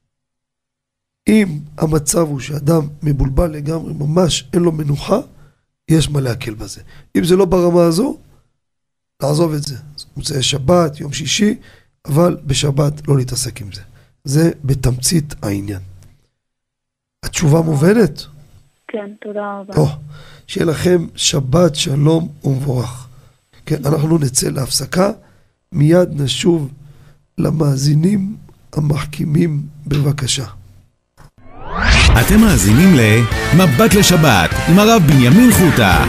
אם המצב הוא שאדם מבולבל לגמרי, ממש אין לו מנוחה, יש מה להקל בזה. אם זה לא ברמה הזו, לעזוב את זה. זה שבת, יום שישי, אבל בשבת לא להתעסק עם זה. זה בתמצית העניין. התשובה מובנת? כן, תודה רבה. או, שיהיה לכם שבת שלום ומבורך. כן, אנחנו נצא להפסקה, מיד נשוב למאזינים המחכימים בבקשה. אתם מאזינים למבט לשבת עם הרב בנימין חוטה.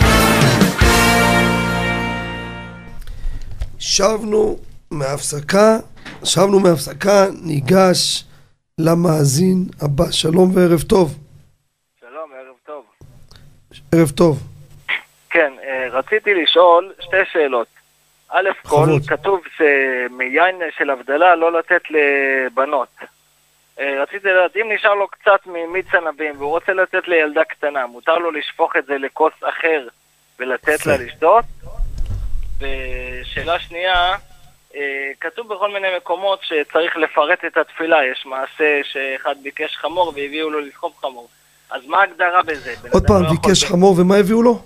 שבנו מהפסקה, שבנו מהפסקה, ניגש למאזין הבא. שלום וערב טוב. שלום, ערב טוב. ערב טוב. כן, רציתי לשאול שתי שאלות. א' כל, כתוב שמיין של הבדלה לא לתת לבנות. רציתי לדעת, אם נשאר לו קצת ממיץ ענבים והוא רוצה לתת לילדה קטנה, מותר לו לשפוך את זה לכוס אחר ולתת לה לשתות? ושאלה שנייה, כתוב בכל מיני מקומות שצריך לפרט את התפילה. יש מעשה שאחד ביקש חמור והביאו לו לסחוב חמור. אז מה ההגדרה בזה? עוד פעם, ביקש חמור ומה הביאו לו?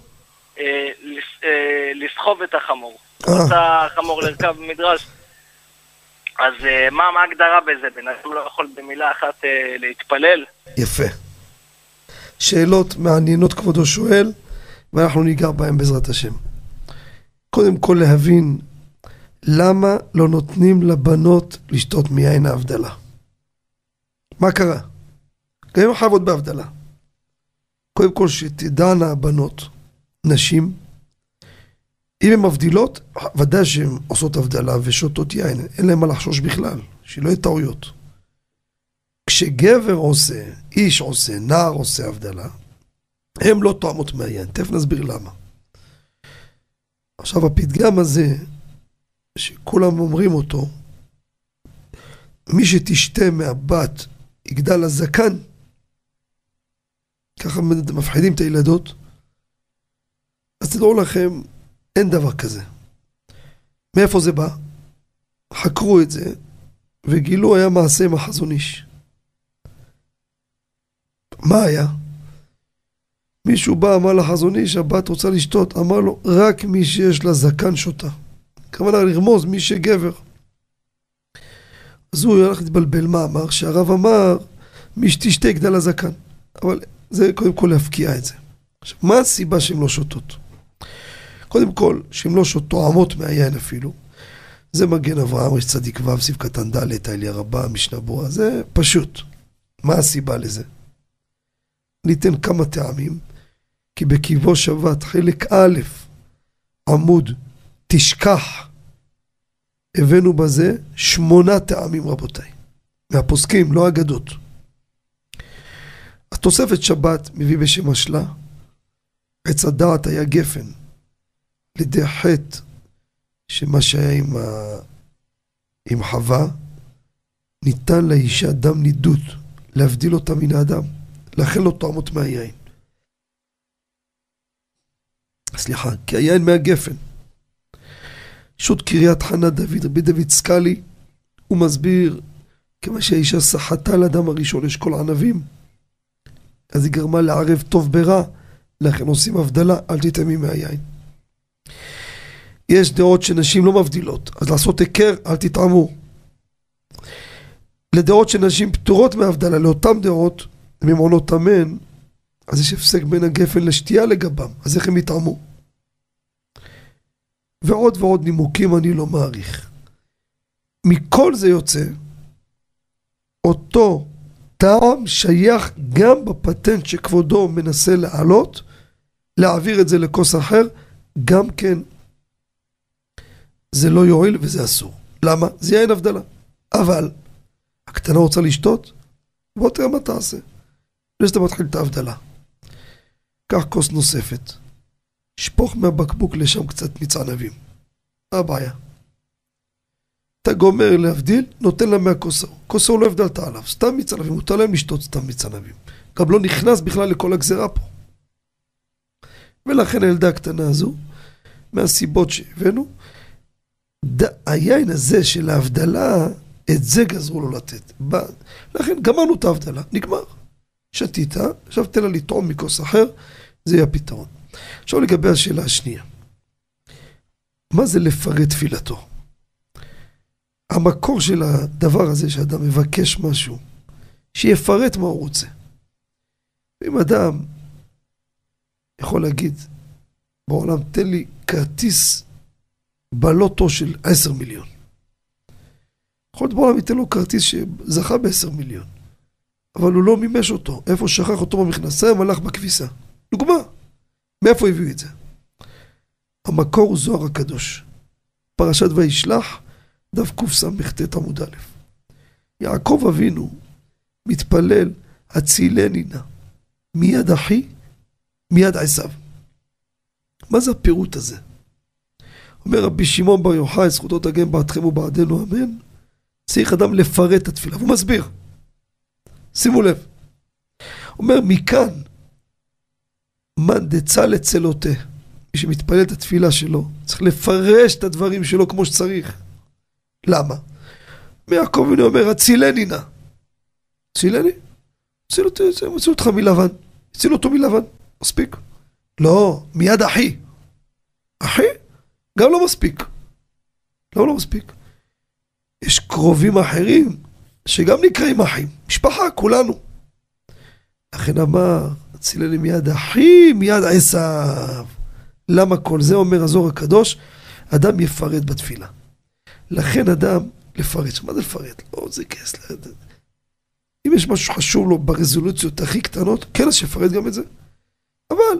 לסחוב את החמור. רוצה חמור לרכב במדרש. אז מה ההגדרה בזה? בן אדם לא יכול במילה אחת להתפלל? יפה. שאלות מעניינות כבודו שואל, ואנחנו ניגע בהם בעזרת השם. קודם כל להבין למה לא נותנים לבנות לשתות מיין ההבדלה. מה קרה? גם חייבות בהבדלה. קודם כל שתדענה הבנות, נשים, אם הן מבדילות, ודאי שהן עושות הבדלה ושותות יין, אין להן מה לחשוש בכלל, שלא יהיה טעויות. כשגבר עושה, איש עושה, נער עושה הבדלה, הן לא טועמות מהיין, תכף נסביר למה. עכשיו הפתגם הזה, שכולם אומרים אותו, מי שתשתה מהבת יגדל הזקן, ככה מפחידים את הילדות, אז תדעו לכם, אין דבר כזה. מאיפה זה בא? חקרו את זה, וגילו היה מעשה עם החזון איש. מה היה? מישהו בא, אמר לחזון איש, הבת רוצה לשתות, אמר לו, רק מי שיש לה זקן שותה. כמובן לרמוז, מי שגבר. אז הוא הלך להתבלבל, מה אמר? שהרב אמר, מי שתשתה יגדל הזקן. אבל זה קודם כל להפקיע את זה. עכשיו, מה הסיבה שהן לא שותות? קודם כל, שימלוש אותו עמות מהיין אפילו. זה מגן אברהם, יש צדיק ו' סעיף קטן ד' האליה רבה, משנה ברורה, זה פשוט. מה הסיבה לזה? ניתן כמה טעמים, כי בקיבו שבת חלק א', עמוד תשכח, הבאנו בזה שמונה טעמים רבותיי, מהפוסקים, לא אגדות. התוספת שבת מביא בשם השלה, עץ הדעת היה גפן, לידי חטא, שמה שהיה עם, ה... עם חווה, ניתן לאישה דם נידות, להבדיל אותה מן האדם, לכן לא טועמות מהיין. סליחה, כי היין מהגפן. שוט קריית חנה דוד, רבי דוד סקאלי, הוא מסביר, כמה שהאישה סחטה לאדם הראשון, יש כל ענבים, אז היא גרמה לערב טוב ברע, לכן עושים הבדלה, אל תטעמי מהיין. יש דעות שנשים לא מבדילות, אז לעשות היכר, אל תטעמו. לדעות שנשים פטורות מהבדלה, לאותן דעות, ממעונות אמן, אז יש הפסק בין הגפן לשתייה לגבם, אז איך הם יטעמו? ועוד ועוד נימוקים אני לא מעריך. מכל זה יוצא, אותו טעם שייך גם בפטנט שכבודו מנסה לעלות, להעביר את זה לכוס אחר, גם כן זה לא יועיל וזה אסור. למה? זה יין הבדלה. אבל הקטנה רוצה לשתות, בוא תראה מה תעשה. לפני שאתה מתחיל את ההבדלה. קח כוס נוספת, שפוך מהבקבוק לשם קצת מיץ ענבים. מה הבעיה? אתה גומר להבדיל, נותן לה מהכוס ההוא. כוס ההוא לא הבדלת עליו, סתם מיץ ענבים, מותר להם לשתות סתם מיץ ענבים. גם לא נכנס בכלל לכל הגזרה פה. ולכן הילדה הקטנה הזו, מהסיבות שהבאנו, היין הזה של ההבדלה, את זה גזרו לו לתת. לכן גמרנו את ההבדלה, נגמר. שתית, עכשיו תן לה לטעום מכוס אחר, זה יהיה הפתרון. עכשיו לגבי השאלה השנייה. מה זה לפרט תפילתו? המקור של הדבר הזה שאדם מבקש משהו, שיפרט מה הוא רוצה. אם אדם יכול להגיד, בעולם תן לי כרטיס בלוטו של עשר מיליון. יכול להיות בעולם ייתן לו כרטיס שזכה בעשר מיליון. אבל הוא לא מימש אותו. איפה שכח אותו במכנסיים, הלך בכביסה. דוגמה. מאיפה הביאו את זה? המקור הוא זוהר הקדוש. פרשת וישלח, דף קס"ט עמוד א'. יעקב אבינו מתפלל, הצילני נא, מיד אחי, מיד עשיו. מה זה הפירוט הזה? אומר רבי שמעון בר יוחאי, זכותו תגן בעדכם ובעדנו אמן, צריך אדם לפרט את התפילה, והוא מסביר. שימו לב. אומר מכאן, מן דצה לצלותה, מי שמתפלל את התפילה שלו, צריך לפרש את הדברים שלו כמו שצריך. למה? מיעקב אבינו אומר, הצילני נא. צילני? הציל אותך מלבן. הציל אותו מלבן. מספיק? לא, מיד אחי. אחי? גם לא מספיק. לא, לא מספיק. יש קרובים אחרים שגם נקראים אחים. משפחה, כולנו. לכן אמר, הצילני מיד אחי, מיד עשיו. למה כל זה אומר הזוהר הקדוש? אדם יפרט בתפילה. לכן אדם לפרט. מה זה לפרט? לא, זה כס. אם יש משהו חשוב לו ברזולוציות הכי קטנות, כן, אז שיפרט גם את זה. אבל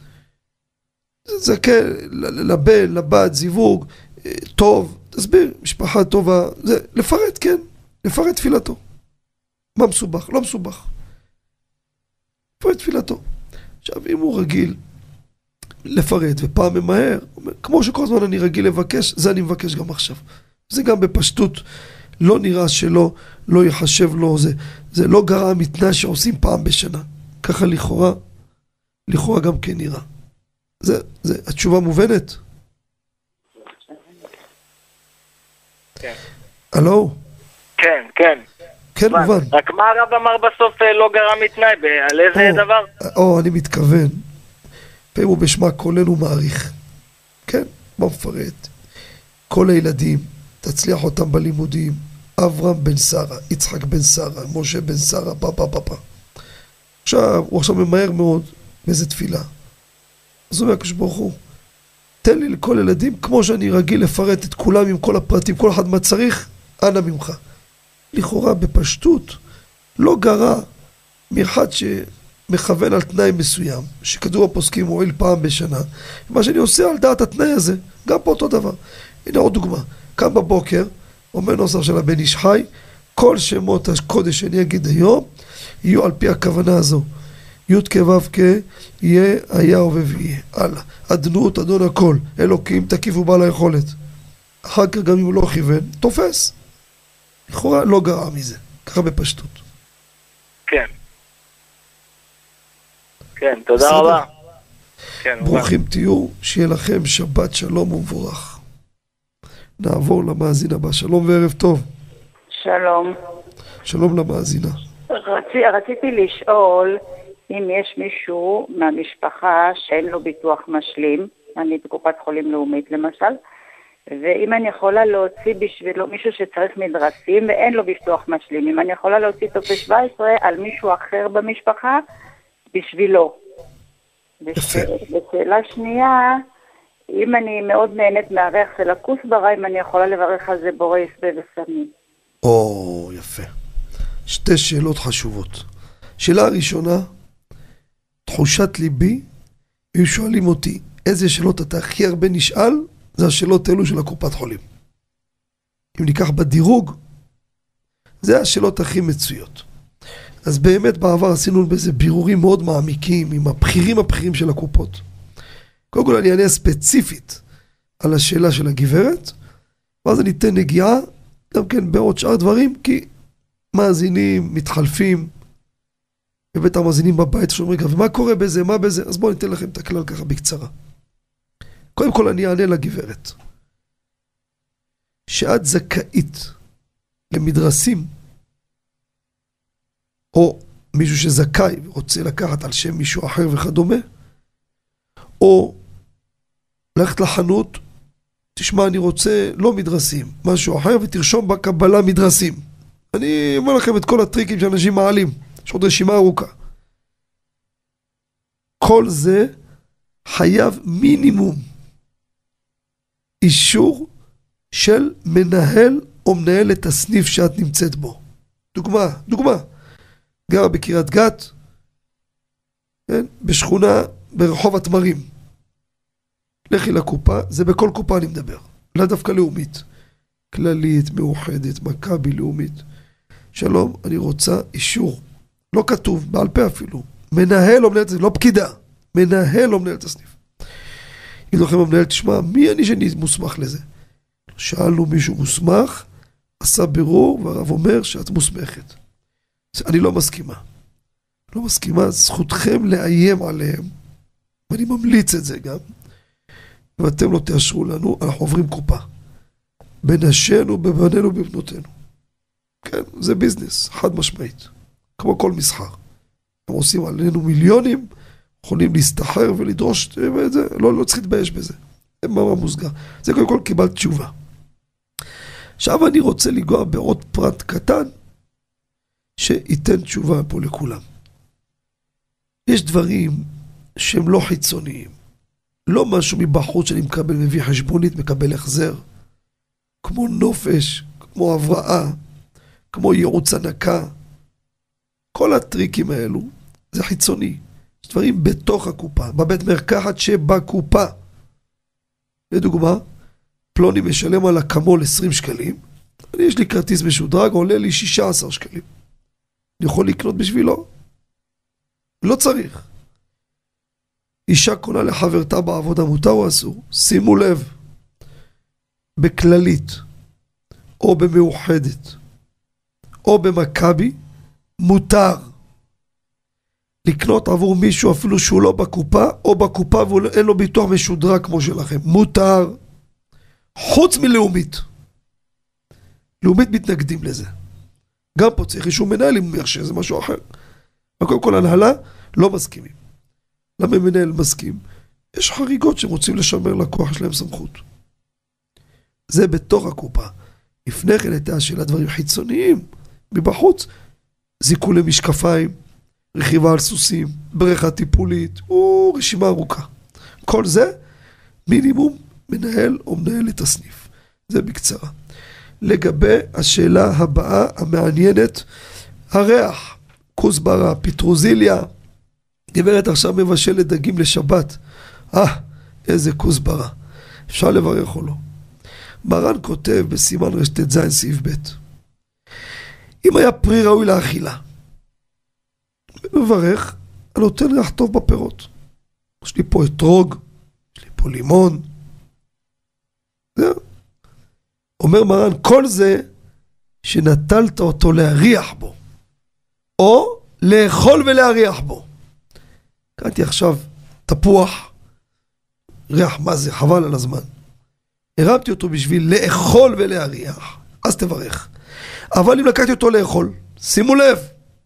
זה כן, לבן, לבת, זיווג, טוב, תסביר, משפחה טובה, זה, לפרט, כן, לפרט תפילתו. מה מסובך? לא מסובך. לפרט תפילתו. עכשיו, אם הוא רגיל לפרט ופעם ממהר, כמו שכל הזמן אני רגיל לבקש, זה אני מבקש גם עכשיו. זה גם בפשטות, לא נראה שלא, לא יחשב לו, זה, זה לא גרע מתנה שעושים פעם בשנה. ככה לכאורה, לכאורה גם כן נראה. זה, זה, התשובה מובנת? כן. הלו? כן, כן. כן, מובן. רק מה הרב אמר בסוף לא גרע מתנאי, על איזה דבר? או, אני מתכוון. פעמים הוא בשמה כולנו מעריך. כן, מה מפרט? כל הילדים, תצליח אותם בלימודים. אברהם בן שרה, יצחק בן שרה, משה בן שרה, פאפה פאפה. עכשיו, הוא עכשיו ממהר מאוד באיזה תפילה. אז הוא אומר, הקדוש ברוך הוא, תן לי לכל ילדים, כמו שאני רגיל לפרט את כולם עם כל הפרטים, כל אחד מה צריך, אנא ממך. לכאורה בפשטות, לא גרה מאחד שמכוון על תנאי מסוים, שכתוב הפוסקים מועיל פעם בשנה, מה שאני עושה על דעת התנאי הזה, גם פה אותו דבר. הנה עוד דוגמה, קם בבוקר, אומר נוסח של הבן איש חי, כל שמות הקודש שאני אגיד היום, יהיו על פי הכוונה הזו. י' כו' כ' יהיה, היה ובהיה. הלאה. אדנות, אדון הכל. אלוקים, תקיף ובעל היכולת. אחר כך גם אם הוא לא כיוון, תופס. לכאורה לא גרע מזה. ככה בפשטות. כן. כן, תודה רבה. כן, ברוכים תהיו, שיהיה לכם שבת שלום ומבורך. נעבור למאזין הבא. שלום וערב טוב. שלום. שלום למאזינה. רצי, רציתי לשאול אם יש מישהו מהמשפחה שאין לו ביטוח משלים, אני בקופת חולים לאומית למשל, ואם אני יכולה להוציא בשבילו מישהו שצריך מדרסים ואין לו ביטוח משלים, אם אני יכולה להוציא טופס שבע עשרה על מישהו אחר במשפחה בשבילו. יפה. ושאלה שנייה, אם אני מאוד נהנית מהריח של הכוסברה, אם אני יכולה לברך על זה בורא יסבה וסמים. או, יפה. שתי שאלות חשובות. שאלה הראשונה, תחושת ליבי, אם שואלים אותי איזה שאלות אתה הכי הרבה נשאל, זה השאלות אלו של הקופת חולים. אם ניקח בדירוג, זה השאלות הכי מצויות. אז באמת בעבר עשינו בזה בירורים מאוד מעמיקים עם הבכירים הבכירים של הקופות. קודם כל אני אענה ספציפית על השאלה של הגברת, ואז אני אתן נגיעה גם כן בעוד שאר דברים, כי מאזינים, מתחלפים, בבית המאזינים בבית שאומרים, ומה קורה בזה, מה בזה? אז בואו ניתן לכם את הכלל ככה בקצרה. קודם כל אני אענה לגברת, שאת זכאית למדרסים, או מישהו שזכאי ורוצה לקחת על שם מישהו אחר וכדומה, או ללכת לחנות, תשמע אני רוצה לא מדרסים, משהו אחר, ותרשום בקבלה מדרסים. אני אומר לכם את כל הטריקים שאנשים מעלים, יש עוד רשימה ארוכה. כל זה חייב מינימום אישור של מנהל או מנהלת הסניף שאת נמצאת בו. דוגמה, דוגמה. גרה בקריית גת, כן? בשכונה ברחוב התמרים. לכי לקופה, זה בכל קופה אני מדבר. לא דווקא לאומית. כללית, מאוחדת, מכבי לאומית. שלום, אני רוצה אישור. לא כתוב, בעל פה אפילו. מנהל או מנהלת הסניף, לא פקידה. מנהל או מנהלת הסניף. יגיד לכם המנהל, תשמע, מי אני שאני מוסמך לזה? שאלנו מישהו מוסמך, עשה בירור, והרב אומר שאת מוסמכת. אני לא מסכימה. לא מסכימה, זכותכם לאיים עליהם, ואני ממליץ את זה גם, ואתם לא תאשרו לנו, אנחנו עוברים קופה. בנשינו, בבנינו, בבנותינו. כן, זה ביזנס, חד משמעית. כמו כל מסחר. הם עושים עלינו מיליונים, יכולים להסתחר ולדרוש, וזה, לא, לא צריך להתבייש בזה. זה מה מוסגר. זה קודם כל קיבלת תשובה. עכשיו אני רוצה לגוע בעוד פרט קטן, שייתן תשובה פה לכולם. יש דברים שהם לא חיצוניים. לא משהו מבחוץ שאני מקבל, מביא חשבונית, מקבל החזר. כמו נופש, כמו הבראה, כמו ייעוץ הנקה. כל הטריקים האלו, זה חיצוני. יש דברים בתוך הקופה, בבית מרקחת שבקופה. לדוגמה, פלוני משלם על הקמול עשרים שקלים, אני יש לי כרטיס משודרג, עולה לי שישה עשר שקלים. אני יכול לקנות בשבילו? לא צריך. אישה קונה לחברתה בעבודה, מותר או אסור? שימו לב, בכללית, או במאוחדת, או במכבי, מותר לקנות עבור מישהו אפילו שהוא לא בקופה, או בקופה ואין לו ביטוח משודרג כמו שלכם. מותר. חוץ מלאומית. לאומית מתנגדים לזה. גם פה צריך אישור מנהל אם אומר שזה משהו אחר. וקודם כל הנהלה לא מסכימים. למה מנהל מסכים? יש חריגות שרוצים לשמר לקוח שלהם סמכות. זה בתוך הקופה. לפני כן הייתה שאלה דברים חיצוניים. מבחוץ, זיקו למשקפיים, רכיבה על סוסים, בריכה טיפולית, או רשימה ארוכה. כל זה מינימום מנהל או מנהל את הסניף. זה בקצרה. לגבי השאלה הבאה המעניינת, הריח, כוסברה, פטרוזיליה, גברת עכשיו מבשלת דגים לשבת. אה, איזה כוסברה. אפשר לברך או לא. מרן כותב בסימן רשת זין סעיף ב', אם היה פרי ראוי לאכילה, מברך, אני נותן ריח טוב בפירות. יש לי פה אתרוג, יש לי פה לימון. זהו. אומר מרן, כל זה שנטלת אותו להריח בו, או לאכול ולהריח בו. קראתי עכשיו תפוח, ריח מה זה, חבל על הזמן. הרמתי אותו בשביל לאכול ולהריח, אז תברך. אבל אם לקחתי אותו לאכול, שימו לב,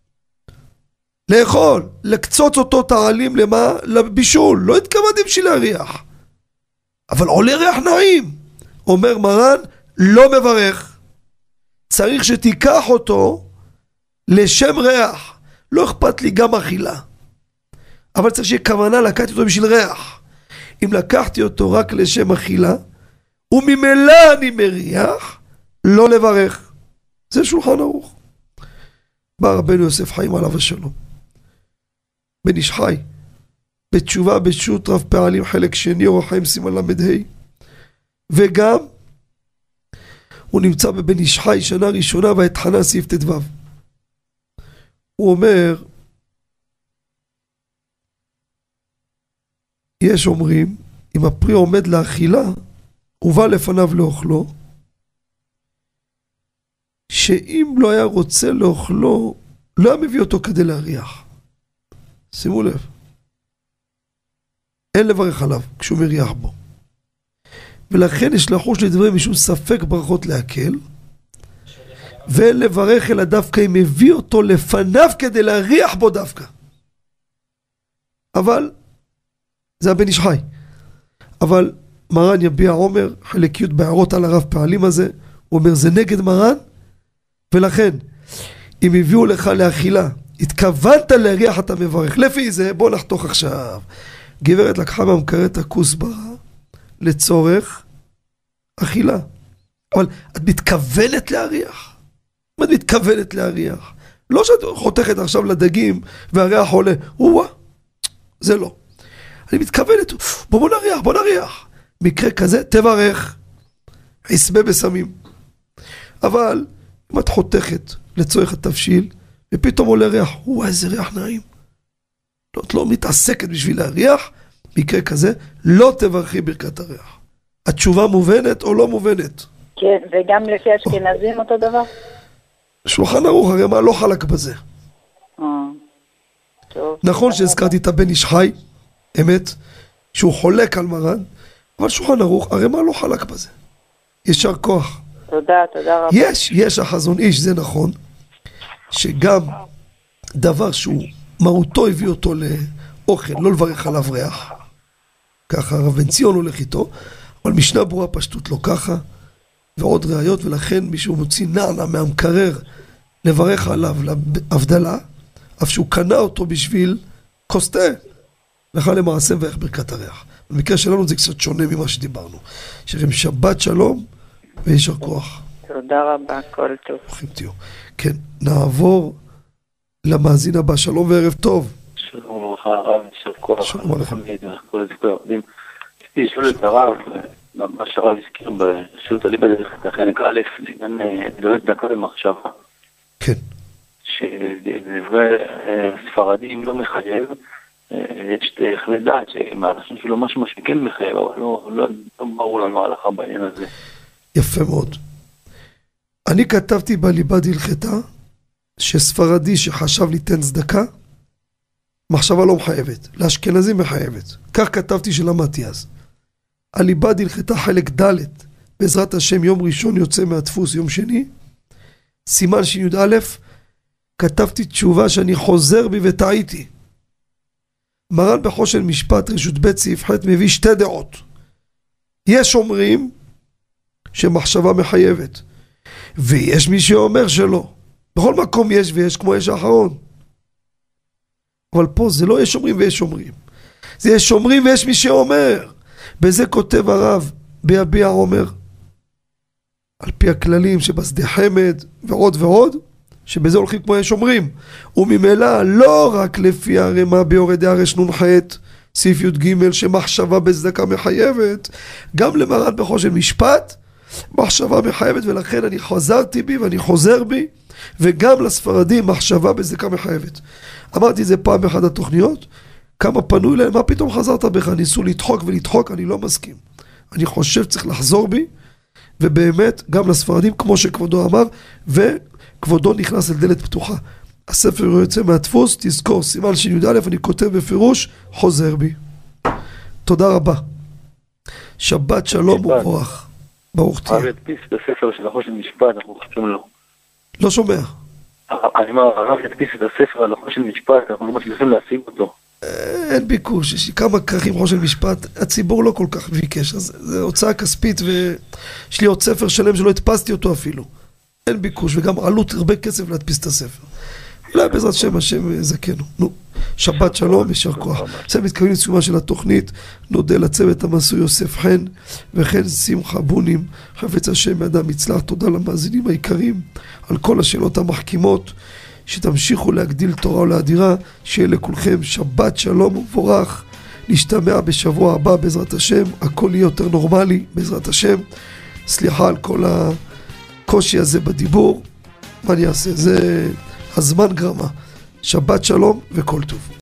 לאכול, לקצוץ אותו תעלים למה? לבישול, לא התכוונתי בשביל להריח. אבל עולה ריח נעים. אומר מרן, לא מברך. צריך שתיקח אותו לשם ריח. לא אכפת לי גם אכילה. אבל צריך שיהיה כוונה לקחתי אותו בשביל ריח. אם לקחתי אותו רק לשם אכילה, וממילא אני מריח, לא לברך. זה שולחן ערוך. בא רבנו יוסף חיים עליו השלום. בן איש חי, בתשובה בשו"ת רב פעלים חלק שני אורח חיים סימן למד-ה', וגם הוא נמצא בבן איש חי שנה ראשונה והתחנה סעיף ט"ו. הוא אומר, יש אומרים, אם הפרי עומד לאכילה, הוא בא לפניו לאוכלו, שאם לא היה רוצה לאוכלו, לא היה מביא אותו כדי להריח. שימו לב. אין לברך עליו כשהוא מריח בו. ולכן יש לחוש לדברים משום ספק ברכות להקל, ואין לברך אלא דווקא אם מביא אותו לפניו כדי להריח בו דווקא. אבל, זה הבן איש חי. אבל מרן יביע עומר, חלק י' בהערות על הרב פעלים הזה, הוא אומר זה נגד מרן, ולכן, אם הביאו לך לאכילה, התכוונת להריח אתה מברך. לפי זה, בוא נחתוך עכשיו. גברת לקחה מהמקרר את הכוסברה לצורך אכילה. אבל את מתכוונת להריח? את מתכוונת להריח? לא שאת חותכת עכשיו לדגים והריח עולה. וואה, זה לא. אני מתכוונת, בוא בוא נריח, בוא נריח. מקרה כזה, תברך. עסבה בסמים. אבל, אם את חותכת לצורך התבשיל, ופתאום עולה ריח, וואי, איזה ריח נעים. לא, את לא מתעסקת בשביל להריח, מקרה כזה, לא תברכי ברכת הריח. התשובה מובנת או לא מובנת? כן, וגם לפי אשכנזים אותו דבר? שולחן ערוך, הרי מה לא חלק בזה. אה, טוב. נכון שהזכרתי את הבן איש חי, אמת, שהוא חולק על מרן, אבל שולחן ערוך, הרי מה לא חלק בזה. ישר כוח. תודה, תודה רבה. יש, יש החזון איש, זה נכון, שגם דבר שהוא מהותו הביא אותו לאוכל, לא לברך עליו ריח, ככה הרב בן ציון הולך איתו, אבל משנה ברורה פשטות לא ככה, ועוד ראיות, ולכן מישהו מוציא נענה מהמקרר לברך עליו להבדלה, אף שהוא קנה אותו בשביל כוס תה, לך למעשה ואיך ברכת הריח. במקרה שלנו זה קצת שונה ממה שדיברנו. שרים שבת שלום וישר כוח. תודה רבה, כל טוב. ברוכים תהיו. כן, נעבור למאזין הבא. שלום וערב טוב. שלום לך הרב, יישר כוח. שלום עליכם. רציתי לשאול את הרב, מה שהרב הזכיר בשירות הליבה דרך החלק א', לעניין דלת דקה למחשבה. כן. שדברי ספרדים לא מחייב, יש תכלי דעת שמאנשים שלו משהו שכן מחייב, אבל לא ברור לנו ההלכה בעניין הזה. יפה מאוד. אני כתבתי בליבה דהלכתה שספרדי שחשב ליתן צדקה, מחשבה לא מחייבת, לאשכנזים מחייבת. כך כתבתי שלמדתי אז. הליבה דהלכתה חלק ד' בעזרת השם יום ראשון יוצא מהדפוס יום שני, סימן ש"י א', כתבתי תשובה שאני חוזר בי וטעיתי. מרן בחושן משפט רשות ב' סעיף ח' מביא שתי דעות. יש אומרים שמחשבה מחייבת, ויש מי שאומר שלא. בכל מקום יש ויש כמו יש האחרון. אבל פה זה לא יש אומרים ויש אומרים. זה יש אומרים ויש מי שאומר. בזה כותב הרב ביביע עומר, על פי הכללים שבשדה חמד ועוד ועוד, שבזה הולכים כמו יש אומרים, וממילא לא רק לפי הרמה ביורדי הרש נ"ח, סעיף י"ג שמחשבה בצדקה מחייבת, גם למרן בחושן משפט, מחשבה מחייבת, ולכן אני חזרתי בי ואני חוזר בי, וגם לספרדים מחשבה בצדקה מחייבת. אמרתי את זה פעם באחד התוכניות, כמה פנו אליהם, מה פתאום חזרת בך? ניסו לדחוק ולדחוק, אני לא מסכים. אני חושב צריך לחזור בי, ובאמת גם לספרדים, כמו שכבודו אמר, וכבודו נכנס אל דלת פתוחה. הספר יוצא מהדפוס, תזכור, סימן של י"א, אני כותב בפירוש, חוזר בי. תודה רבה. שבת שלום וברך. ברוך תהיה. הרב ידפיס את הספר של החושן משפט, אנחנו חושבים לו. לא שומע. אני אומר, הרב ידפיס את הספר על החושן משפט, אנחנו לא מצליחים להשיג אותו. אין ביקוש, יש כמה כרכים חושן משפט, הציבור לא כל כך ביקש, אז זה הוצאה כספית, ויש לי עוד ספר שלם שלא הדפסתי אותו אפילו. אין ביקוש, וגם עלות הרבה כסף להדפיס את הספר. אולי בעזרת שם השם זכנו. נו, שבת שלום, יישר כוח. עכשיו מתכוונים לסיומה של התוכנית, נודה לצוות המסור יוסף חן, וכן שמחה בונים, חפץ השם אדם יצלח. תודה למאזינים העיקריים על כל השאלות המחכימות, שתמשיכו להגדיל תורה ולאדירה, שיהיה לכולכם שבת שלום ובורך. נשתמע בשבוע הבא בעזרת השם, הכל יהיה יותר נורמלי בעזרת השם. סליחה על כל הקושי הזה בדיבור, מה אני אעשה? זה הזמן גרמה. שבת שלום וכל טוב.